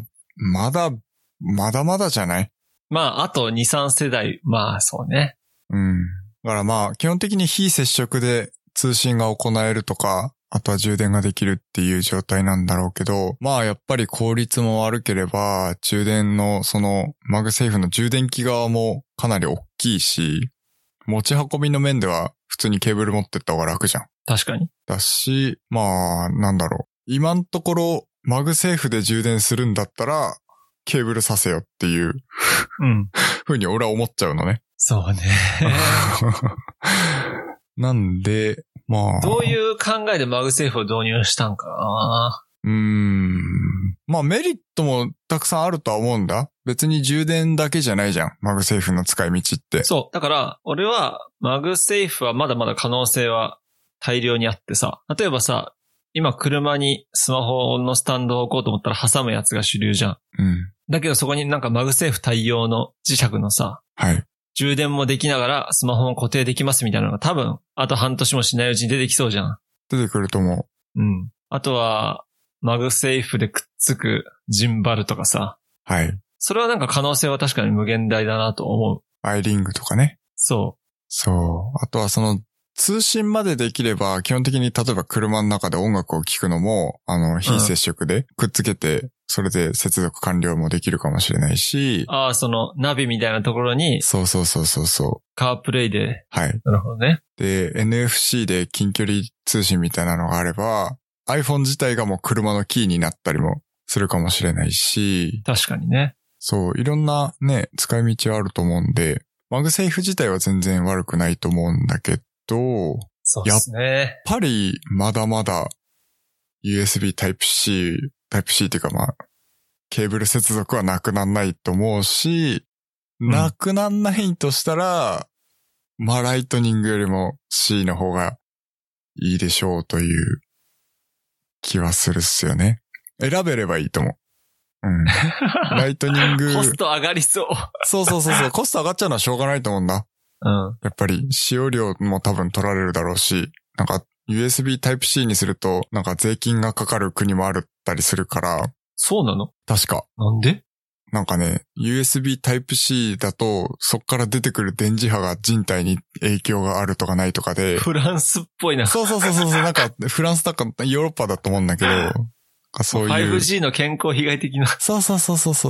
[SPEAKER 2] だまだじゃない？
[SPEAKER 1] あと2、3世代。そうね。
[SPEAKER 2] だからまあ、基本的に非接触で通信が行えるとか、あとは充電ができるっていう状態なんだろうけど、まあやっぱり効率も悪ければ、充電のそのマグセーフの充電器側もかなり大きいし、持ち運びの面では普通にケーブル持ってった方が楽じゃん。
[SPEAKER 1] 確かに。
[SPEAKER 2] だし、まあ、なんだろう。今のところ、マグセーフで充電するんだったら、ケーブルさせよっていう、
[SPEAKER 1] うん。
[SPEAKER 2] ふうに俺は思っちゃうのね。
[SPEAKER 1] そうね。
[SPEAKER 2] なんで、まあ。
[SPEAKER 1] どういう考えでマグセーフを導入したんかな。
[SPEAKER 2] まあメリットもたくさんあるとは思うんだ。別に充電だけじゃないじゃん。マグセーフの使い道って。
[SPEAKER 1] そう。だから、俺はマグセーフはまだまだ可能性は大量にあってさ。例えばさ、今車にスマホのスタンドを置こうと思ったら挟むやつが主流じゃん。
[SPEAKER 2] うん。
[SPEAKER 1] だけどそこになんかマグセーフ対応の磁石のさ。
[SPEAKER 2] はい。
[SPEAKER 1] 充電もできながらスマホも固定できますみたいなのが多分、あと半年もしないうちに出てきそうじゃん。
[SPEAKER 2] 出てくると思
[SPEAKER 1] う。うん。あとは、マグセーフでくっつくジンバルとかさ。
[SPEAKER 2] はい。
[SPEAKER 1] それはなんか可能性は確かに無限大だなと思う。
[SPEAKER 2] アイリングとかね。
[SPEAKER 1] そう。
[SPEAKER 2] そう。あとはその、通信までできれば、基本的に例えば車の中で音楽を聴くのも、非接触でくっつけて、それで接続完了もできるかもしれないし。
[SPEAKER 1] ああ、そのナビみたいなところに。
[SPEAKER 2] そう。
[SPEAKER 1] カープレイで。
[SPEAKER 2] はい。
[SPEAKER 1] なるほどね。
[SPEAKER 2] で、NFC で近距離通信みたいなのがあれば、iPhone 自体がもう車のキーになったりもするかもしれないし。
[SPEAKER 1] 確かにね。
[SPEAKER 2] そう、いろんなね、使い道はあると思うんで、マグセーフ自体は全然悪くないと思うんだけど、
[SPEAKER 1] そうですね。
[SPEAKER 2] やっぱりまだまだ USB Type-C っていうかまあ、ケーブル接続はなくなんないと思うし、なくなんないとしたら、まあライトニングよりも C の方がいいでしょうという気はするっすよね。選べればいいと思う。うん。ライトニング。
[SPEAKER 1] コスト上がりそう。
[SPEAKER 2] そう。コスト上がっちゃうのはしょうがないと思うんだ。
[SPEAKER 1] うん。
[SPEAKER 2] やっぱり使用量も多分取られるだろうし、なんか USB Type-C にするとなんか税金がかかる国もあったりするから。
[SPEAKER 1] そうなの？
[SPEAKER 2] 確か。
[SPEAKER 1] なんで？
[SPEAKER 2] なんかね、USB Type-C だとそっから出てくる電磁波が人体に影響があるとかないとかで。
[SPEAKER 1] フランスっぽいな。
[SPEAKER 2] そう。なんかフランスとかヨーロッパだと思うんだけど、そういう。
[SPEAKER 1] 5G の健康被害的な。
[SPEAKER 2] そう。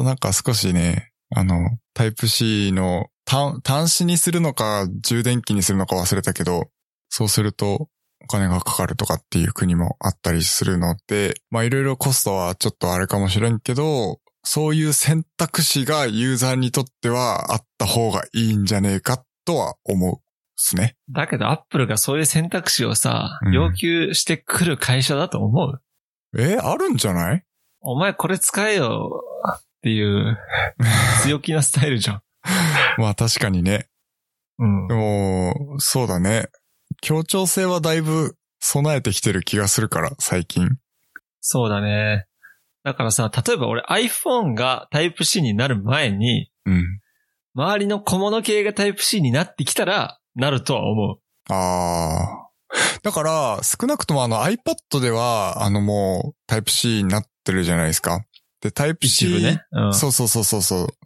[SPEAKER 2] なんか少しね、タイプC の端子にするのか充電器にするのか忘れたけど、そうするとお金がかかるとかっていう国もあったりするので、まあいろいろコストはちょっとあれかもしれんけど、そういう選択肢がユーザーにとってはあった方がいいんじゃねえかとは思うですね。
[SPEAKER 1] だけどアップルがそういう選択肢をさ、要求してくる会社だと思う？
[SPEAKER 2] あるんじゃない？
[SPEAKER 1] お前これ使えよっていう強気なスタイルじゃん。
[SPEAKER 2] まあ確かにね。
[SPEAKER 1] うん。
[SPEAKER 2] でも、そうだね。協調性はだいぶ備えてきてる気がするから、最近。
[SPEAKER 1] そうだね。だからさ、例えば俺 iPhone が Type-C になる前に、周りの小物系が Type-C になってきたら、なるとは思う。
[SPEAKER 2] だから、少なくともiPad では、もう Type-C になってるじゃないですか。で、Type-C。
[SPEAKER 1] 一部ね。うん、
[SPEAKER 2] そう。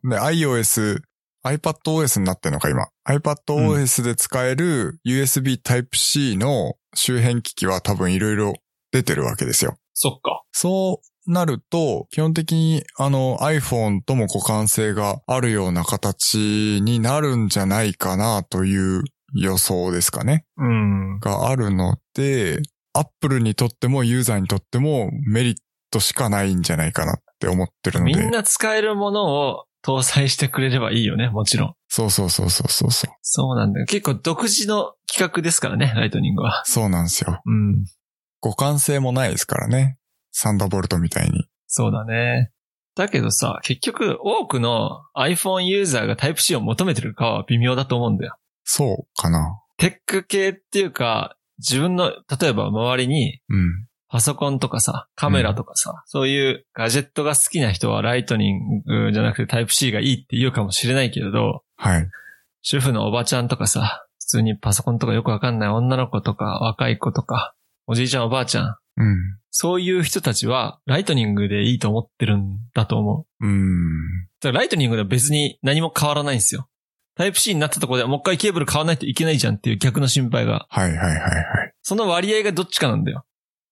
[SPEAKER 2] で、iPadOS になってるのか、今。iPadOS で使える USB Type-C の周辺機器は多分いろいろ出てるわけですよ。
[SPEAKER 1] そっか。
[SPEAKER 2] そうなると、基本的にiPhone とも互換性があるような形になるんじゃないかなという予想ですかね。があるので、Apple にとってもユーザーにとってもメリットしかないんじゃないかなって思ってるので。
[SPEAKER 1] みんな使えるものを搭載してくれればいいよね、もちろん。
[SPEAKER 2] そう。
[SPEAKER 1] そうなんだよ。結構独自の企画ですからね、ライトニングは。
[SPEAKER 2] そうなんですよ。互換性もないですからね。サンダーボルトみたいに。
[SPEAKER 1] そうだね。だけどさ、結局多くの iPhone ユーザーが Type-C を求めてるかは微妙だと思うんだよ。
[SPEAKER 2] そうかな。
[SPEAKER 1] テック系っていうか、自分の、例えば周りに、パソコンとかさ、カメラとかさ、そういうガジェットが好きな人はライトニングじゃなくて Type-C がいいって言うかもしれないけれど、
[SPEAKER 2] はい。
[SPEAKER 1] 主婦のおばちゃんとかさ、普通にパソコンとかよくわかんない女の子とか若い子とか、おじいちゃんおばあちゃん、そういう人たちはライトニングでいいと思ってるんだと思う。だからライトニングでは別に何も変わらないんですよ。 タイプ C になったところでもう一回ケーブル買わないといけないじゃんっていう逆の心配が。
[SPEAKER 2] はいはいはいはい。
[SPEAKER 1] その割合がどっちかなんだよ。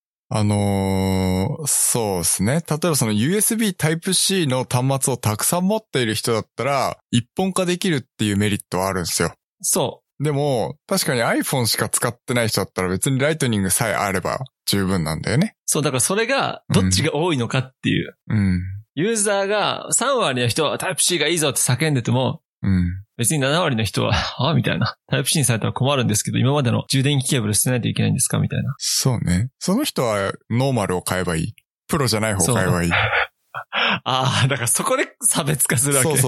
[SPEAKER 2] そうですね。例えばその USB Type-C の端末をたくさん持っている人だったら、一本化できるっていうメリットはあるんですよ。
[SPEAKER 1] そう。
[SPEAKER 2] でも、確かに iPhone しか使ってない人だったら別にライトニングさえあれば十分なんだよね。
[SPEAKER 1] そう、だからそれがどっちが多いのかっていう。
[SPEAKER 2] うん。
[SPEAKER 1] ユーザーが3割の人はタイプ C がいいぞって叫んでても、
[SPEAKER 2] うん。
[SPEAKER 1] 別に7割の人は、みたいな。タイプ C にされたら困るんですけど、今までの充電器ケーブル捨てないといけないんですかみたいな。
[SPEAKER 2] そうね。その人はノーマルを買えばいい。プロじゃない方を買えばいい。
[SPEAKER 1] ああ、だからそこで差別化するわけ。
[SPEAKER 2] そう。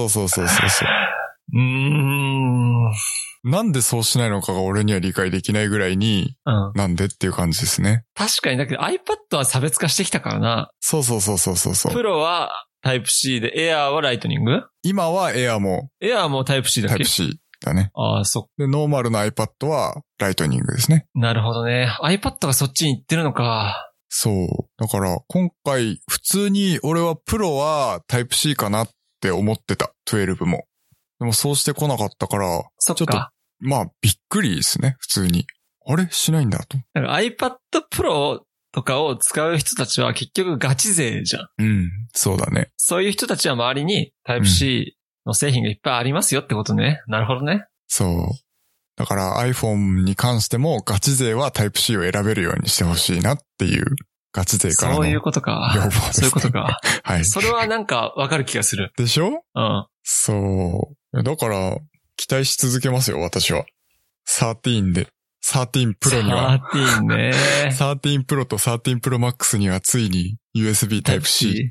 [SPEAKER 2] なんでそうしないのかが俺には理解できないぐらいに、なんでっていう感じですね。
[SPEAKER 1] 確かに、だけど iPad は差別化してきたからな。
[SPEAKER 2] そう。
[SPEAKER 1] プロはタイプ C で、Air はライトニング？
[SPEAKER 2] 今は Air も
[SPEAKER 1] タイプ C だっけ？
[SPEAKER 2] タイプ C だね。
[SPEAKER 1] ああ、そっ
[SPEAKER 2] で、ノーマルの iPad はライトニングですね。
[SPEAKER 1] なるほどね。iPad がそっちに行ってるのか。
[SPEAKER 2] そう。だから、今回、普通に俺はプロはタイプ C かなって思ってた。12も。でもそうしてこなかったから、
[SPEAKER 1] そっか。
[SPEAKER 2] ちょっと、まあ、びっくりですね、普通に。あれしないんだと。
[SPEAKER 1] だから iPad Pro とかを使う人たちは結局ガチ勢じゃん。
[SPEAKER 2] うん、そうだね。
[SPEAKER 1] そういう人たちは周りにタイプ C の製品がいっぱいありますよってことね。なるほどね。
[SPEAKER 2] そう。だから iPhone に関してもガチ勢はタイプ C を選べるようにしてほしいなっていうガチ勢からの
[SPEAKER 1] そういうことか。
[SPEAKER 2] 要望ですね。
[SPEAKER 1] そういうことか。
[SPEAKER 2] はい。
[SPEAKER 1] それはなんかわかる気がする。
[SPEAKER 2] でしょ？
[SPEAKER 1] うん。
[SPEAKER 2] そう。だから、期待し続けますよ、私は。13で。13 Pro には。
[SPEAKER 1] 13ね。
[SPEAKER 2] 13 Pro と13 Pro Max にはついに USB Type-C。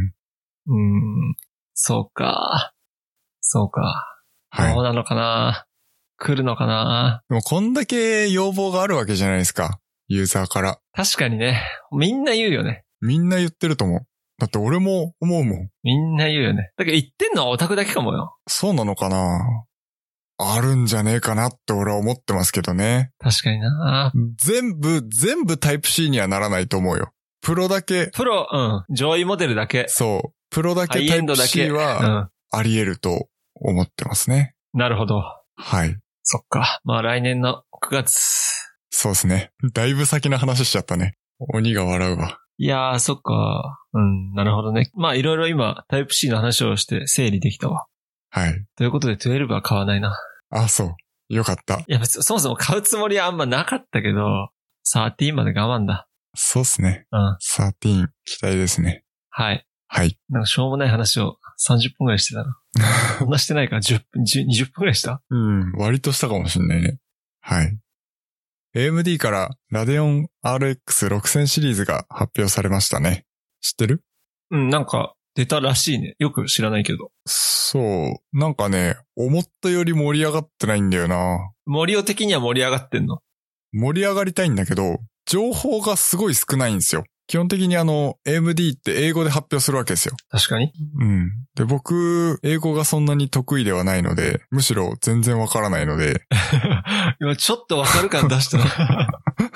[SPEAKER 1] そうか。
[SPEAKER 2] はい。
[SPEAKER 1] どうなのかな。来るのかな。
[SPEAKER 2] でもこんだけ要望があるわけじゃないですか。ユーザーから。
[SPEAKER 1] 確かにね。みんな言うよね。
[SPEAKER 2] みんな言ってると思う。だって俺も思うもん。
[SPEAKER 1] みんな言うよね。だけど言ってんのはオタクだけかもよ。
[SPEAKER 2] そうなのかな。あるんじゃねえかなって俺は思ってますけどね。
[SPEAKER 1] 確かにな。
[SPEAKER 2] 全部タイプ C にはならないと思うよ。プロだけ。
[SPEAKER 1] 上位モデルだけ。
[SPEAKER 2] そう。プロだけタイプ C はあり得ると思ってますね。
[SPEAKER 1] なるほど。
[SPEAKER 2] はい。
[SPEAKER 1] そっか。まあ来年の9月。
[SPEAKER 2] そうですね。だいぶ先の話しちゃったね。鬼が笑うわ。
[SPEAKER 1] いやー、そっか。なるほどね。まあいろいろ今タイプ C の話をして整理できたわ。
[SPEAKER 2] はい。
[SPEAKER 1] ということで12は買わないな。
[SPEAKER 2] あ、そう。よかった。
[SPEAKER 1] いや、別にそもそも買うつもりはあんまなかったけど、13まで我慢だ。
[SPEAKER 2] そうっすね。13期待ですね。
[SPEAKER 1] はい。
[SPEAKER 2] はい。
[SPEAKER 1] なんかしょうもない話を30分くらいしてたな。そんなしてないから20分くらいした？
[SPEAKER 2] 割としたかもしんないね。はい。AMD からラデオン RX6000 シリーズが発表されましたね。知ってる？
[SPEAKER 1] なんか出たらしいね。よく知らないけど。
[SPEAKER 2] そう。なんかね、思ったより盛り上がってないんだよな。
[SPEAKER 1] 森尾的には盛り上がってんの？
[SPEAKER 2] 盛り上がりたいんだけど、情報がすごい少ないんですよ。基本的にAMD って英語で発表するわけですよ。
[SPEAKER 1] 確かに。
[SPEAKER 2] で、僕、英語がそんなに得意ではないので、むしろ全然わからないので。
[SPEAKER 1] 今ちょっとわかる感出したな。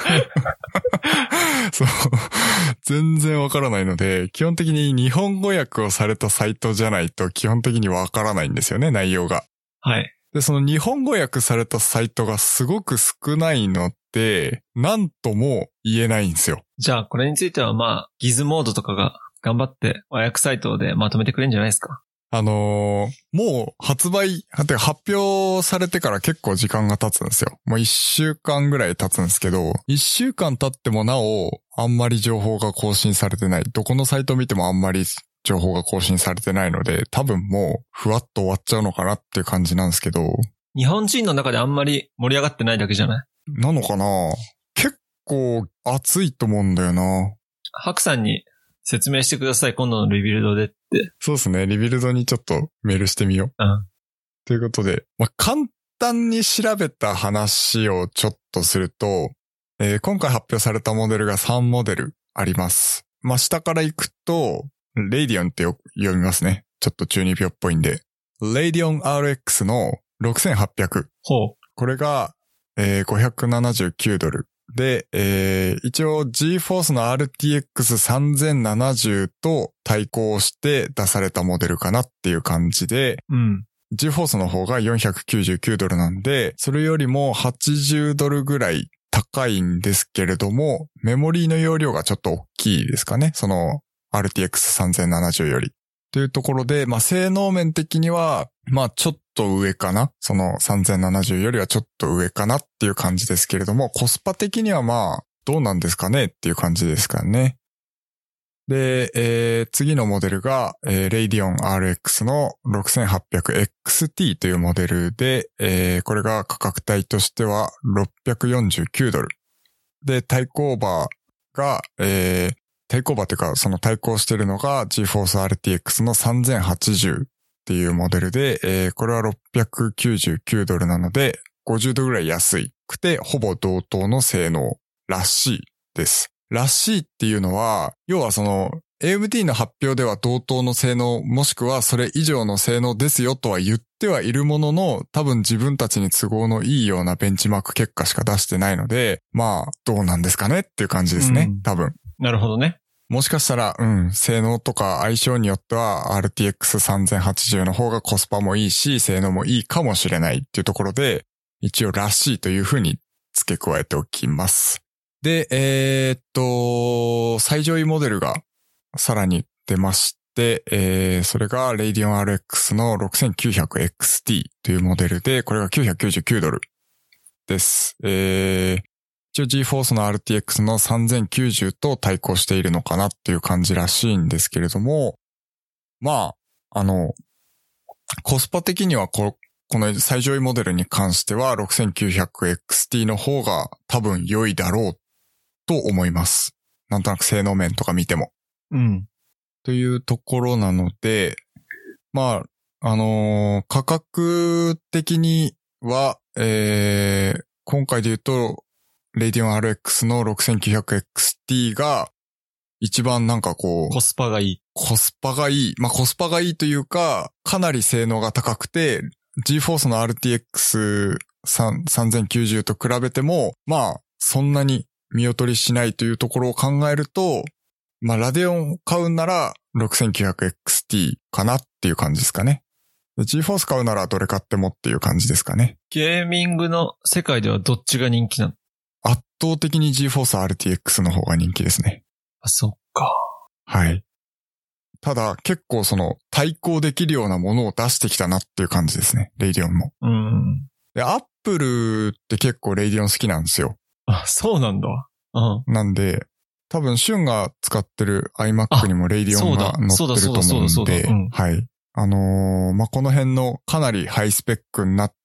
[SPEAKER 2] そう。全然わからないので、基本的に日本語訳をされたサイトじゃないと基本的にわからないんですよね、内容が。
[SPEAKER 1] はい。
[SPEAKER 2] で、その日本語訳されたサイトがすごく少ないので、なんとも言えないんですよ。じ
[SPEAKER 1] ゃあ、これについてはギズモードとかが頑張って和訳サイトでまとめてくれるんじゃないですか？
[SPEAKER 2] もう発表されてから結構時間が経つんですよ。もう1週間ぐらい経つんですけど、1週間経ってもなお、あんまり情報が更新されてない。どこのサイト見てもあんまり情報が更新されてないので、多分もうふわっと終わっちゃうのかなっていう感じなんですけど。
[SPEAKER 1] 日本人の中であんまり盛り上がってないだけじゃない？
[SPEAKER 2] なのかな？結構熱いと思うんだよな。
[SPEAKER 1] ハクさんに説明してください、今度のリビルドでって。
[SPEAKER 2] そうですね、リビルドにちょっとメールしてみよう。ということで、簡単に調べた話をちょっとすると、今回発表されたモデルが3モデルあります。下から行くと、レイディオンって読みますね。ちょっと中二病っぽいんで。レイディオン RX の6800。これが、579ドル。で、一応 GeForce の RTX 3070と対抗して出されたモデルかなっていう感じで、 GeForce の方が$499なんで、それよりも$80ぐらい高いんですけれども、メモリーの容量がちょっと大きいですかね。その RTX3070 より。というところで、性能面的には、ちょっと上かな。その3070よりはちょっと上かなっていう感じですけれども、コスパ的にはどうなんですかねっていう感じですからね。で、次のモデルが、Radeon RX の 6800XT というモデルで、これが価格帯としては$649。で、対抗馬が、対抗馬というか、その対抗しているのが GeForce RTX の3080っていうモデルで、これは$699なので、$50ぐらい安くて、ほぼ同等の性能らしいです。らしいっていうのは、要はその AMD の発表では同等の性能もしくはそれ以上の性能ですよとは言ってはいるものの、多分自分たちに都合のいいようなベンチマーク結果しか出してないので、どうなんですかねっていう感じですね、多分。
[SPEAKER 1] なるほどね。
[SPEAKER 2] もしかしたら、性能とか相性によっては RTX3080 の方がコスパもいいし、性能もいいかもしれないっていうところで、一応らしいというふうに付け加えておきます。で、最上位モデルがさらに出まして、それが Radeon RX の 6900XT というモデルで、これが$999です。一応 GeForce の RTX の3090と対抗しているのかなっていう感じらしいんですけれども、コスパ的にはこの最上位モデルに関しては 6900XT の方が多分良いだろうと思います。なんとなく性能面とか見ても。というところなので、価格的には、今回で言うと、Radeon RX の 6900XT が一番
[SPEAKER 1] コスパがいい。
[SPEAKER 2] コスパがいい。コスパがいいというか、かなり性能が高くて、GeForce の RTX3090 と比べても、そんなに見劣りしないというところを考えると、ラデオン買うなら 6900XT かなっていう感じですかね。GeForce 買うならどれ買ってもっていう感じですかね。
[SPEAKER 1] ゲーミングの世界ではどっちが人気なの？
[SPEAKER 2] 圧倒的に GeForce RTX の方が人気ですね。
[SPEAKER 1] そっか。
[SPEAKER 2] はい。ただ結構対抗できるようなものを出してきたなっていう感じですね。Radeon も。で、Apple って結構 Radeon 好きなんですよ。
[SPEAKER 1] そうなんだ。
[SPEAKER 2] なんで、多分、シュンが使ってる iMac にも Radeon が載ってると思うんで、はい。この辺のかなりハイスペックになった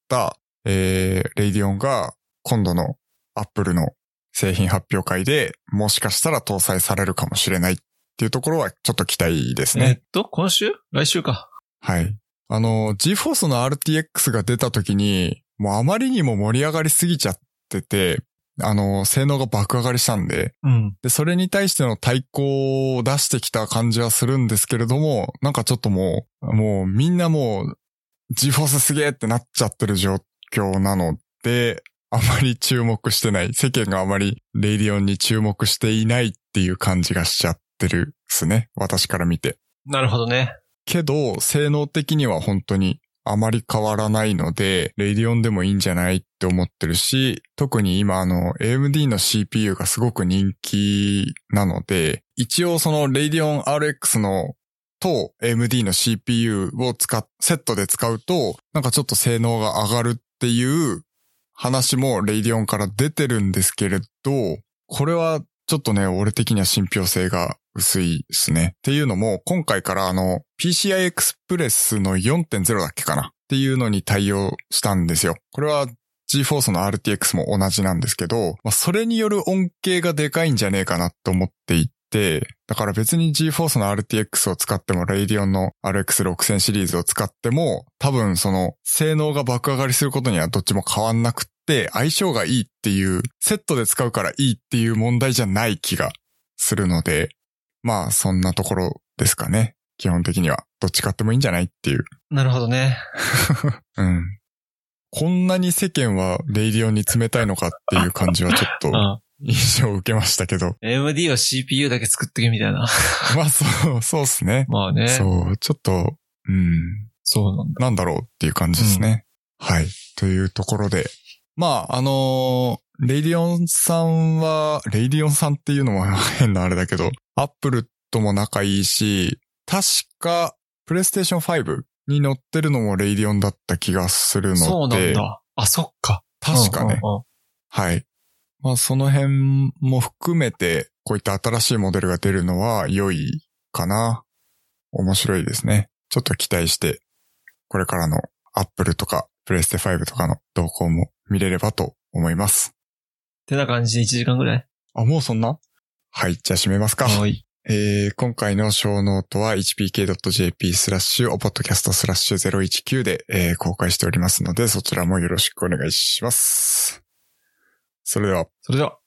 [SPEAKER 2] 、Radeon が今度の Apple の製品発表会でもしかしたら搭載されるかもしれないっていうところはちょっと期待ですね。
[SPEAKER 1] 今週？来週か。
[SPEAKER 2] はい。GeForce の RTX が出た時に、もうあまりにも盛り上がりすぎちゃってて、性能が爆上がりしたんで、で、それに対しての対抗を出してきた感じはするんですけれども、ちょっともうみんなGeForce すげーってなっちゃってる状況なので、あまり注目してない。世間があまりRadeonに注目していないっていう感じがしちゃってるですね。私から見て。
[SPEAKER 1] なるほどね。
[SPEAKER 2] けど、性能的には本当にあまり変わらないので、Radeonでもいいんじゃないって思ってるし、特に今AMD の CPU がすごく人気なので、一応その Radeon RX のと AMD の CPU をセットで使うと、ちょっと性能が上がるっていう話もRadeonから出てるんですけれど、これはちょっとね、俺的には信憑性が薄いですね。っていうのも、今回からPCI Express の 4.0 だっけかなっていうのに対応したんですよ。これは GeForce の RTX も同じなんですけど、それによる恩恵がでかいんじゃねえかなと思っていて、だから別に GeForce の RTX を使っても Radeon の RX6000 シリーズを使っても、多分性能が爆上がりすることにはどっちも変わんなくって相性がいいっていう、セットで使うからいいっていう問題じゃない気がするので、そんなところですかね。基本的には。どっち買ってもいいんじゃないっていう。
[SPEAKER 1] なるほどね。
[SPEAKER 2] こんなに世間はRadeonに冷たいのかっていう感じはちょっと印象を受けましたけど。
[SPEAKER 1] AMD は CPU だけ作ってけみたいな。
[SPEAKER 2] そうっすね。
[SPEAKER 1] ね。
[SPEAKER 2] そう、ちょっと、
[SPEAKER 1] そうなんだ。
[SPEAKER 2] なんだろうっていう感じですね。はい。というところで。まあ、レイディオンさんは、レイディオンさんっていうのも変なあれだけど、アップルとも仲いいし、確か、プレイステーション5に乗ってるのもレイディオンだった気がするので。
[SPEAKER 1] そうなんだ。あ、そっか。
[SPEAKER 2] 確かね。はい。まあ、その辺も含めて、こういった新しいモデルが出るのは良いかな。面白いですね。ちょっと期待して、これからのアップルとか、プレイステ5とかの動向も見れればと思います。
[SPEAKER 1] ってな感じで1時間ぐらい。
[SPEAKER 2] あ、もうそんな？はい、じゃあ締めますか。
[SPEAKER 1] はい。
[SPEAKER 2] 今回の小ノートは hpk.jp/opodcast/019 で、公開しておりますので、そちらもよろしくお願いします。それでは。